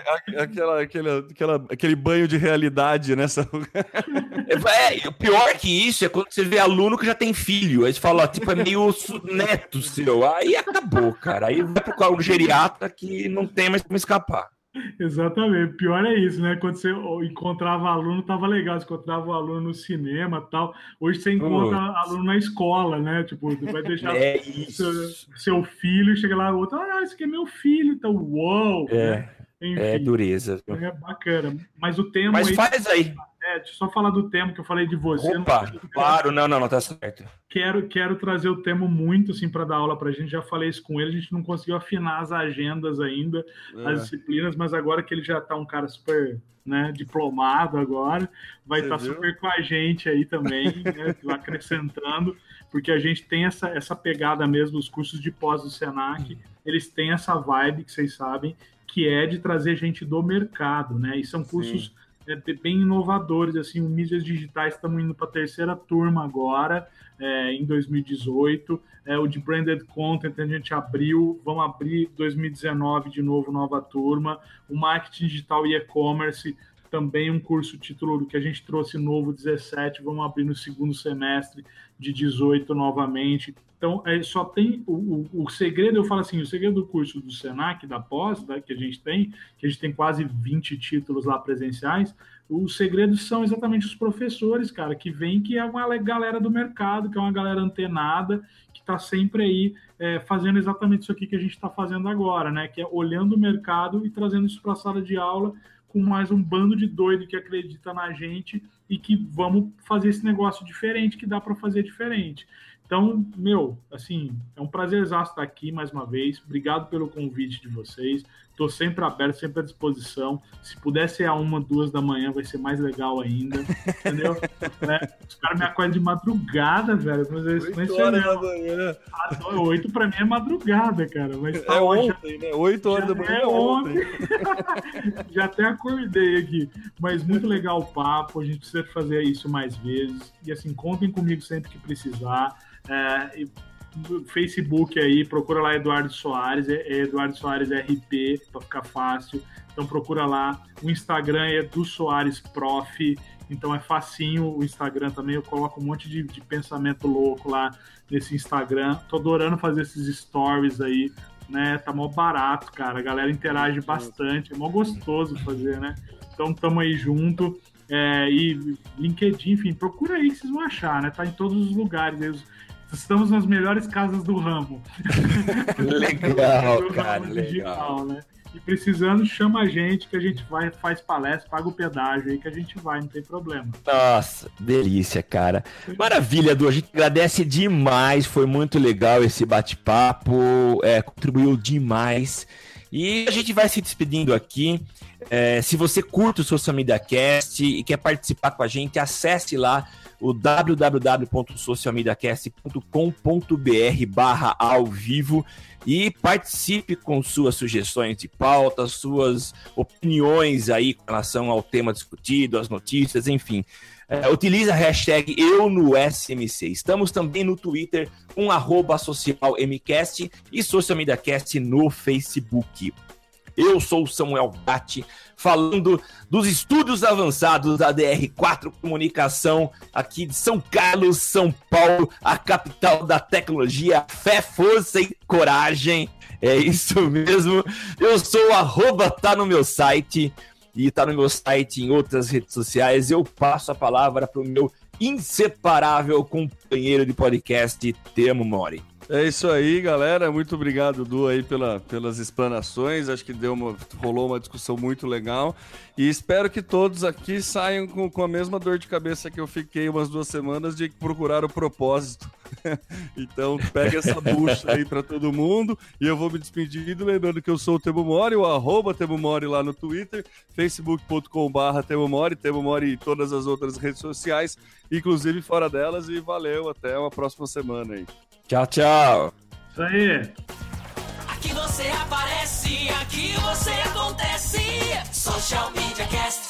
Aquele banho de realidade nessa. O pior que isso é quando você vê aluno que já tem filho. Aí você fala, tipo, é meio neto seu. Aí acabou, cara. Aí vai procurar um geriatra que não tem mais como escapar. Exatamente, pior é isso, né? Quando você encontrava aluno, tava legal, você encontrava o aluno no cinema e tal. Hoje você encontra aluno na escola, né? Tipo, você vai deixar seu filho, chega lá, o outro, esse aqui é meu filho, então, uou! Né? Enfim, dureza. É bacana. Mas o tema. Mas faz aí. Deixa eu só falar do tema que eu falei de você. Opa, claro, não, tá certo. Quero trazer o tema muito assim para dar aula para a gente. Já falei isso com ele, a gente não conseguiu afinar as agendas ainda, as disciplinas, mas agora que ele já está um cara super, né, diplomado agora, vai estar super com a gente aí também, né, acrescentando, porque a gente tem essa pegada mesmo, os cursos de pós do Senac, eles têm essa vibe que vocês sabem, que é de trazer gente do mercado, né? E são cursos bem inovadores, assim, o Mídias Digitais, estamos indo para a 3ª turma agora, em 2018, o de Branded Content a gente abriu, vamos abrir 2019 de novo, nova turma, o Marketing Digital e E-Commerce, também um curso título que a gente trouxe novo, 17, vamos abrir no 2º semestre de 18 novamente. Então, só tem o segredo, eu falo assim, o segredo do curso do Senac, da pós, que a gente tem quase 20 títulos lá presenciais, os segredos são exatamente os professores, cara, que vem, que é uma galera do mercado, que é uma galera antenada, que está sempre aí fazendo exatamente isso aqui que a gente está fazendo agora, né? Que é olhando o mercado e trazendo isso para a sala de aula com mais um bando de doido que acredita na gente e que vamos fazer esse negócio diferente, que dá para fazer diferente. Então, assim, é um prazerzaço estar aqui mais uma vez. Obrigado pelo convite de vocês. Estou sempre aberto, sempre à disposição. Se puder ser a 1, 2 da manhã, vai ser mais legal ainda. Entendeu? Os caras me acordam de madrugada, velho. Mas 8 horas da manhã. 8 para mim é madrugada, cara. Mas tá ontem, né? 8 horas da manhã é ontem. Já até acordei aqui. Mas muito legal o papo. A gente precisa fazer isso mais vezes. E assim, contem comigo sempre que precisar. Facebook aí, procura lá Eduardo Soares, Eduardo Soares RP, para ficar fácil. Então procura lá. O Instagram é do Soares Prof, então é facinho o Instagram também. Eu coloco um monte de pensamento louco lá nesse Instagram. Tô adorando fazer esses stories aí, né? Tá mó barato, cara. A galera interage bastante, é mó gostoso fazer, né? Então tamo aí junto. E LinkedIn, enfim, procura aí que vocês vão achar, né? Tá em todos os lugares. Estamos nas melhores casas do ramo. Legal, do cara, ramo legal. Digital, né? E precisando, chama a gente que a gente vai, faz palestra, paga o pedágio aí que a gente vai, não tem problema. Nossa, delícia, cara. Maravilha, Edu, a gente agradece demais, foi muito legal esse bate-papo, contribuiu demais. E a gente vai se despedindo aqui. Se você curte o Social Media Cast e quer participar com a gente, acesse lá o www.socialmediacast.com.br/ao-vivo e participe com suas sugestões de pauta, suas opiniões aí com relação ao tema discutido, as notícias, enfim. Utilize a hashtag #EuNoSMC. Estamos também no Twitter com @socialmcast e Social Media Cast no Facebook. Eu sou o Samuel Gatti, falando dos estúdios avançados da DR4 Comunicação, aqui de São Carlos, São Paulo, a capital da tecnologia, fé, força e coragem. É isso mesmo. Eu sou tá no meu site, e tá no meu site em outras redes sociais. Eu passo a palavra para o meu inseparável companheiro de podcast, Temo Mori. É isso aí, galera. Muito obrigado, Du, aí pelas explanações. Acho que rolou uma discussão muito legal. E espero que todos aqui saiam com a mesma dor de cabeça que eu fiquei umas 2 semanas de procurar o propósito. Então, pega essa bucha aí para todo mundo. E eu vou me despedindo, lembrando que eu sou o Temo Mori, o @Temo Mori lá no Twitter, facebook.com/Temo Mori, Temo Mori em todas as outras redes sociais, inclusive fora delas. E valeu, até uma próxima semana aí. Tchau, tchau. Isso aí. Aqui você aparece, aqui você acontece. Social Media Cast.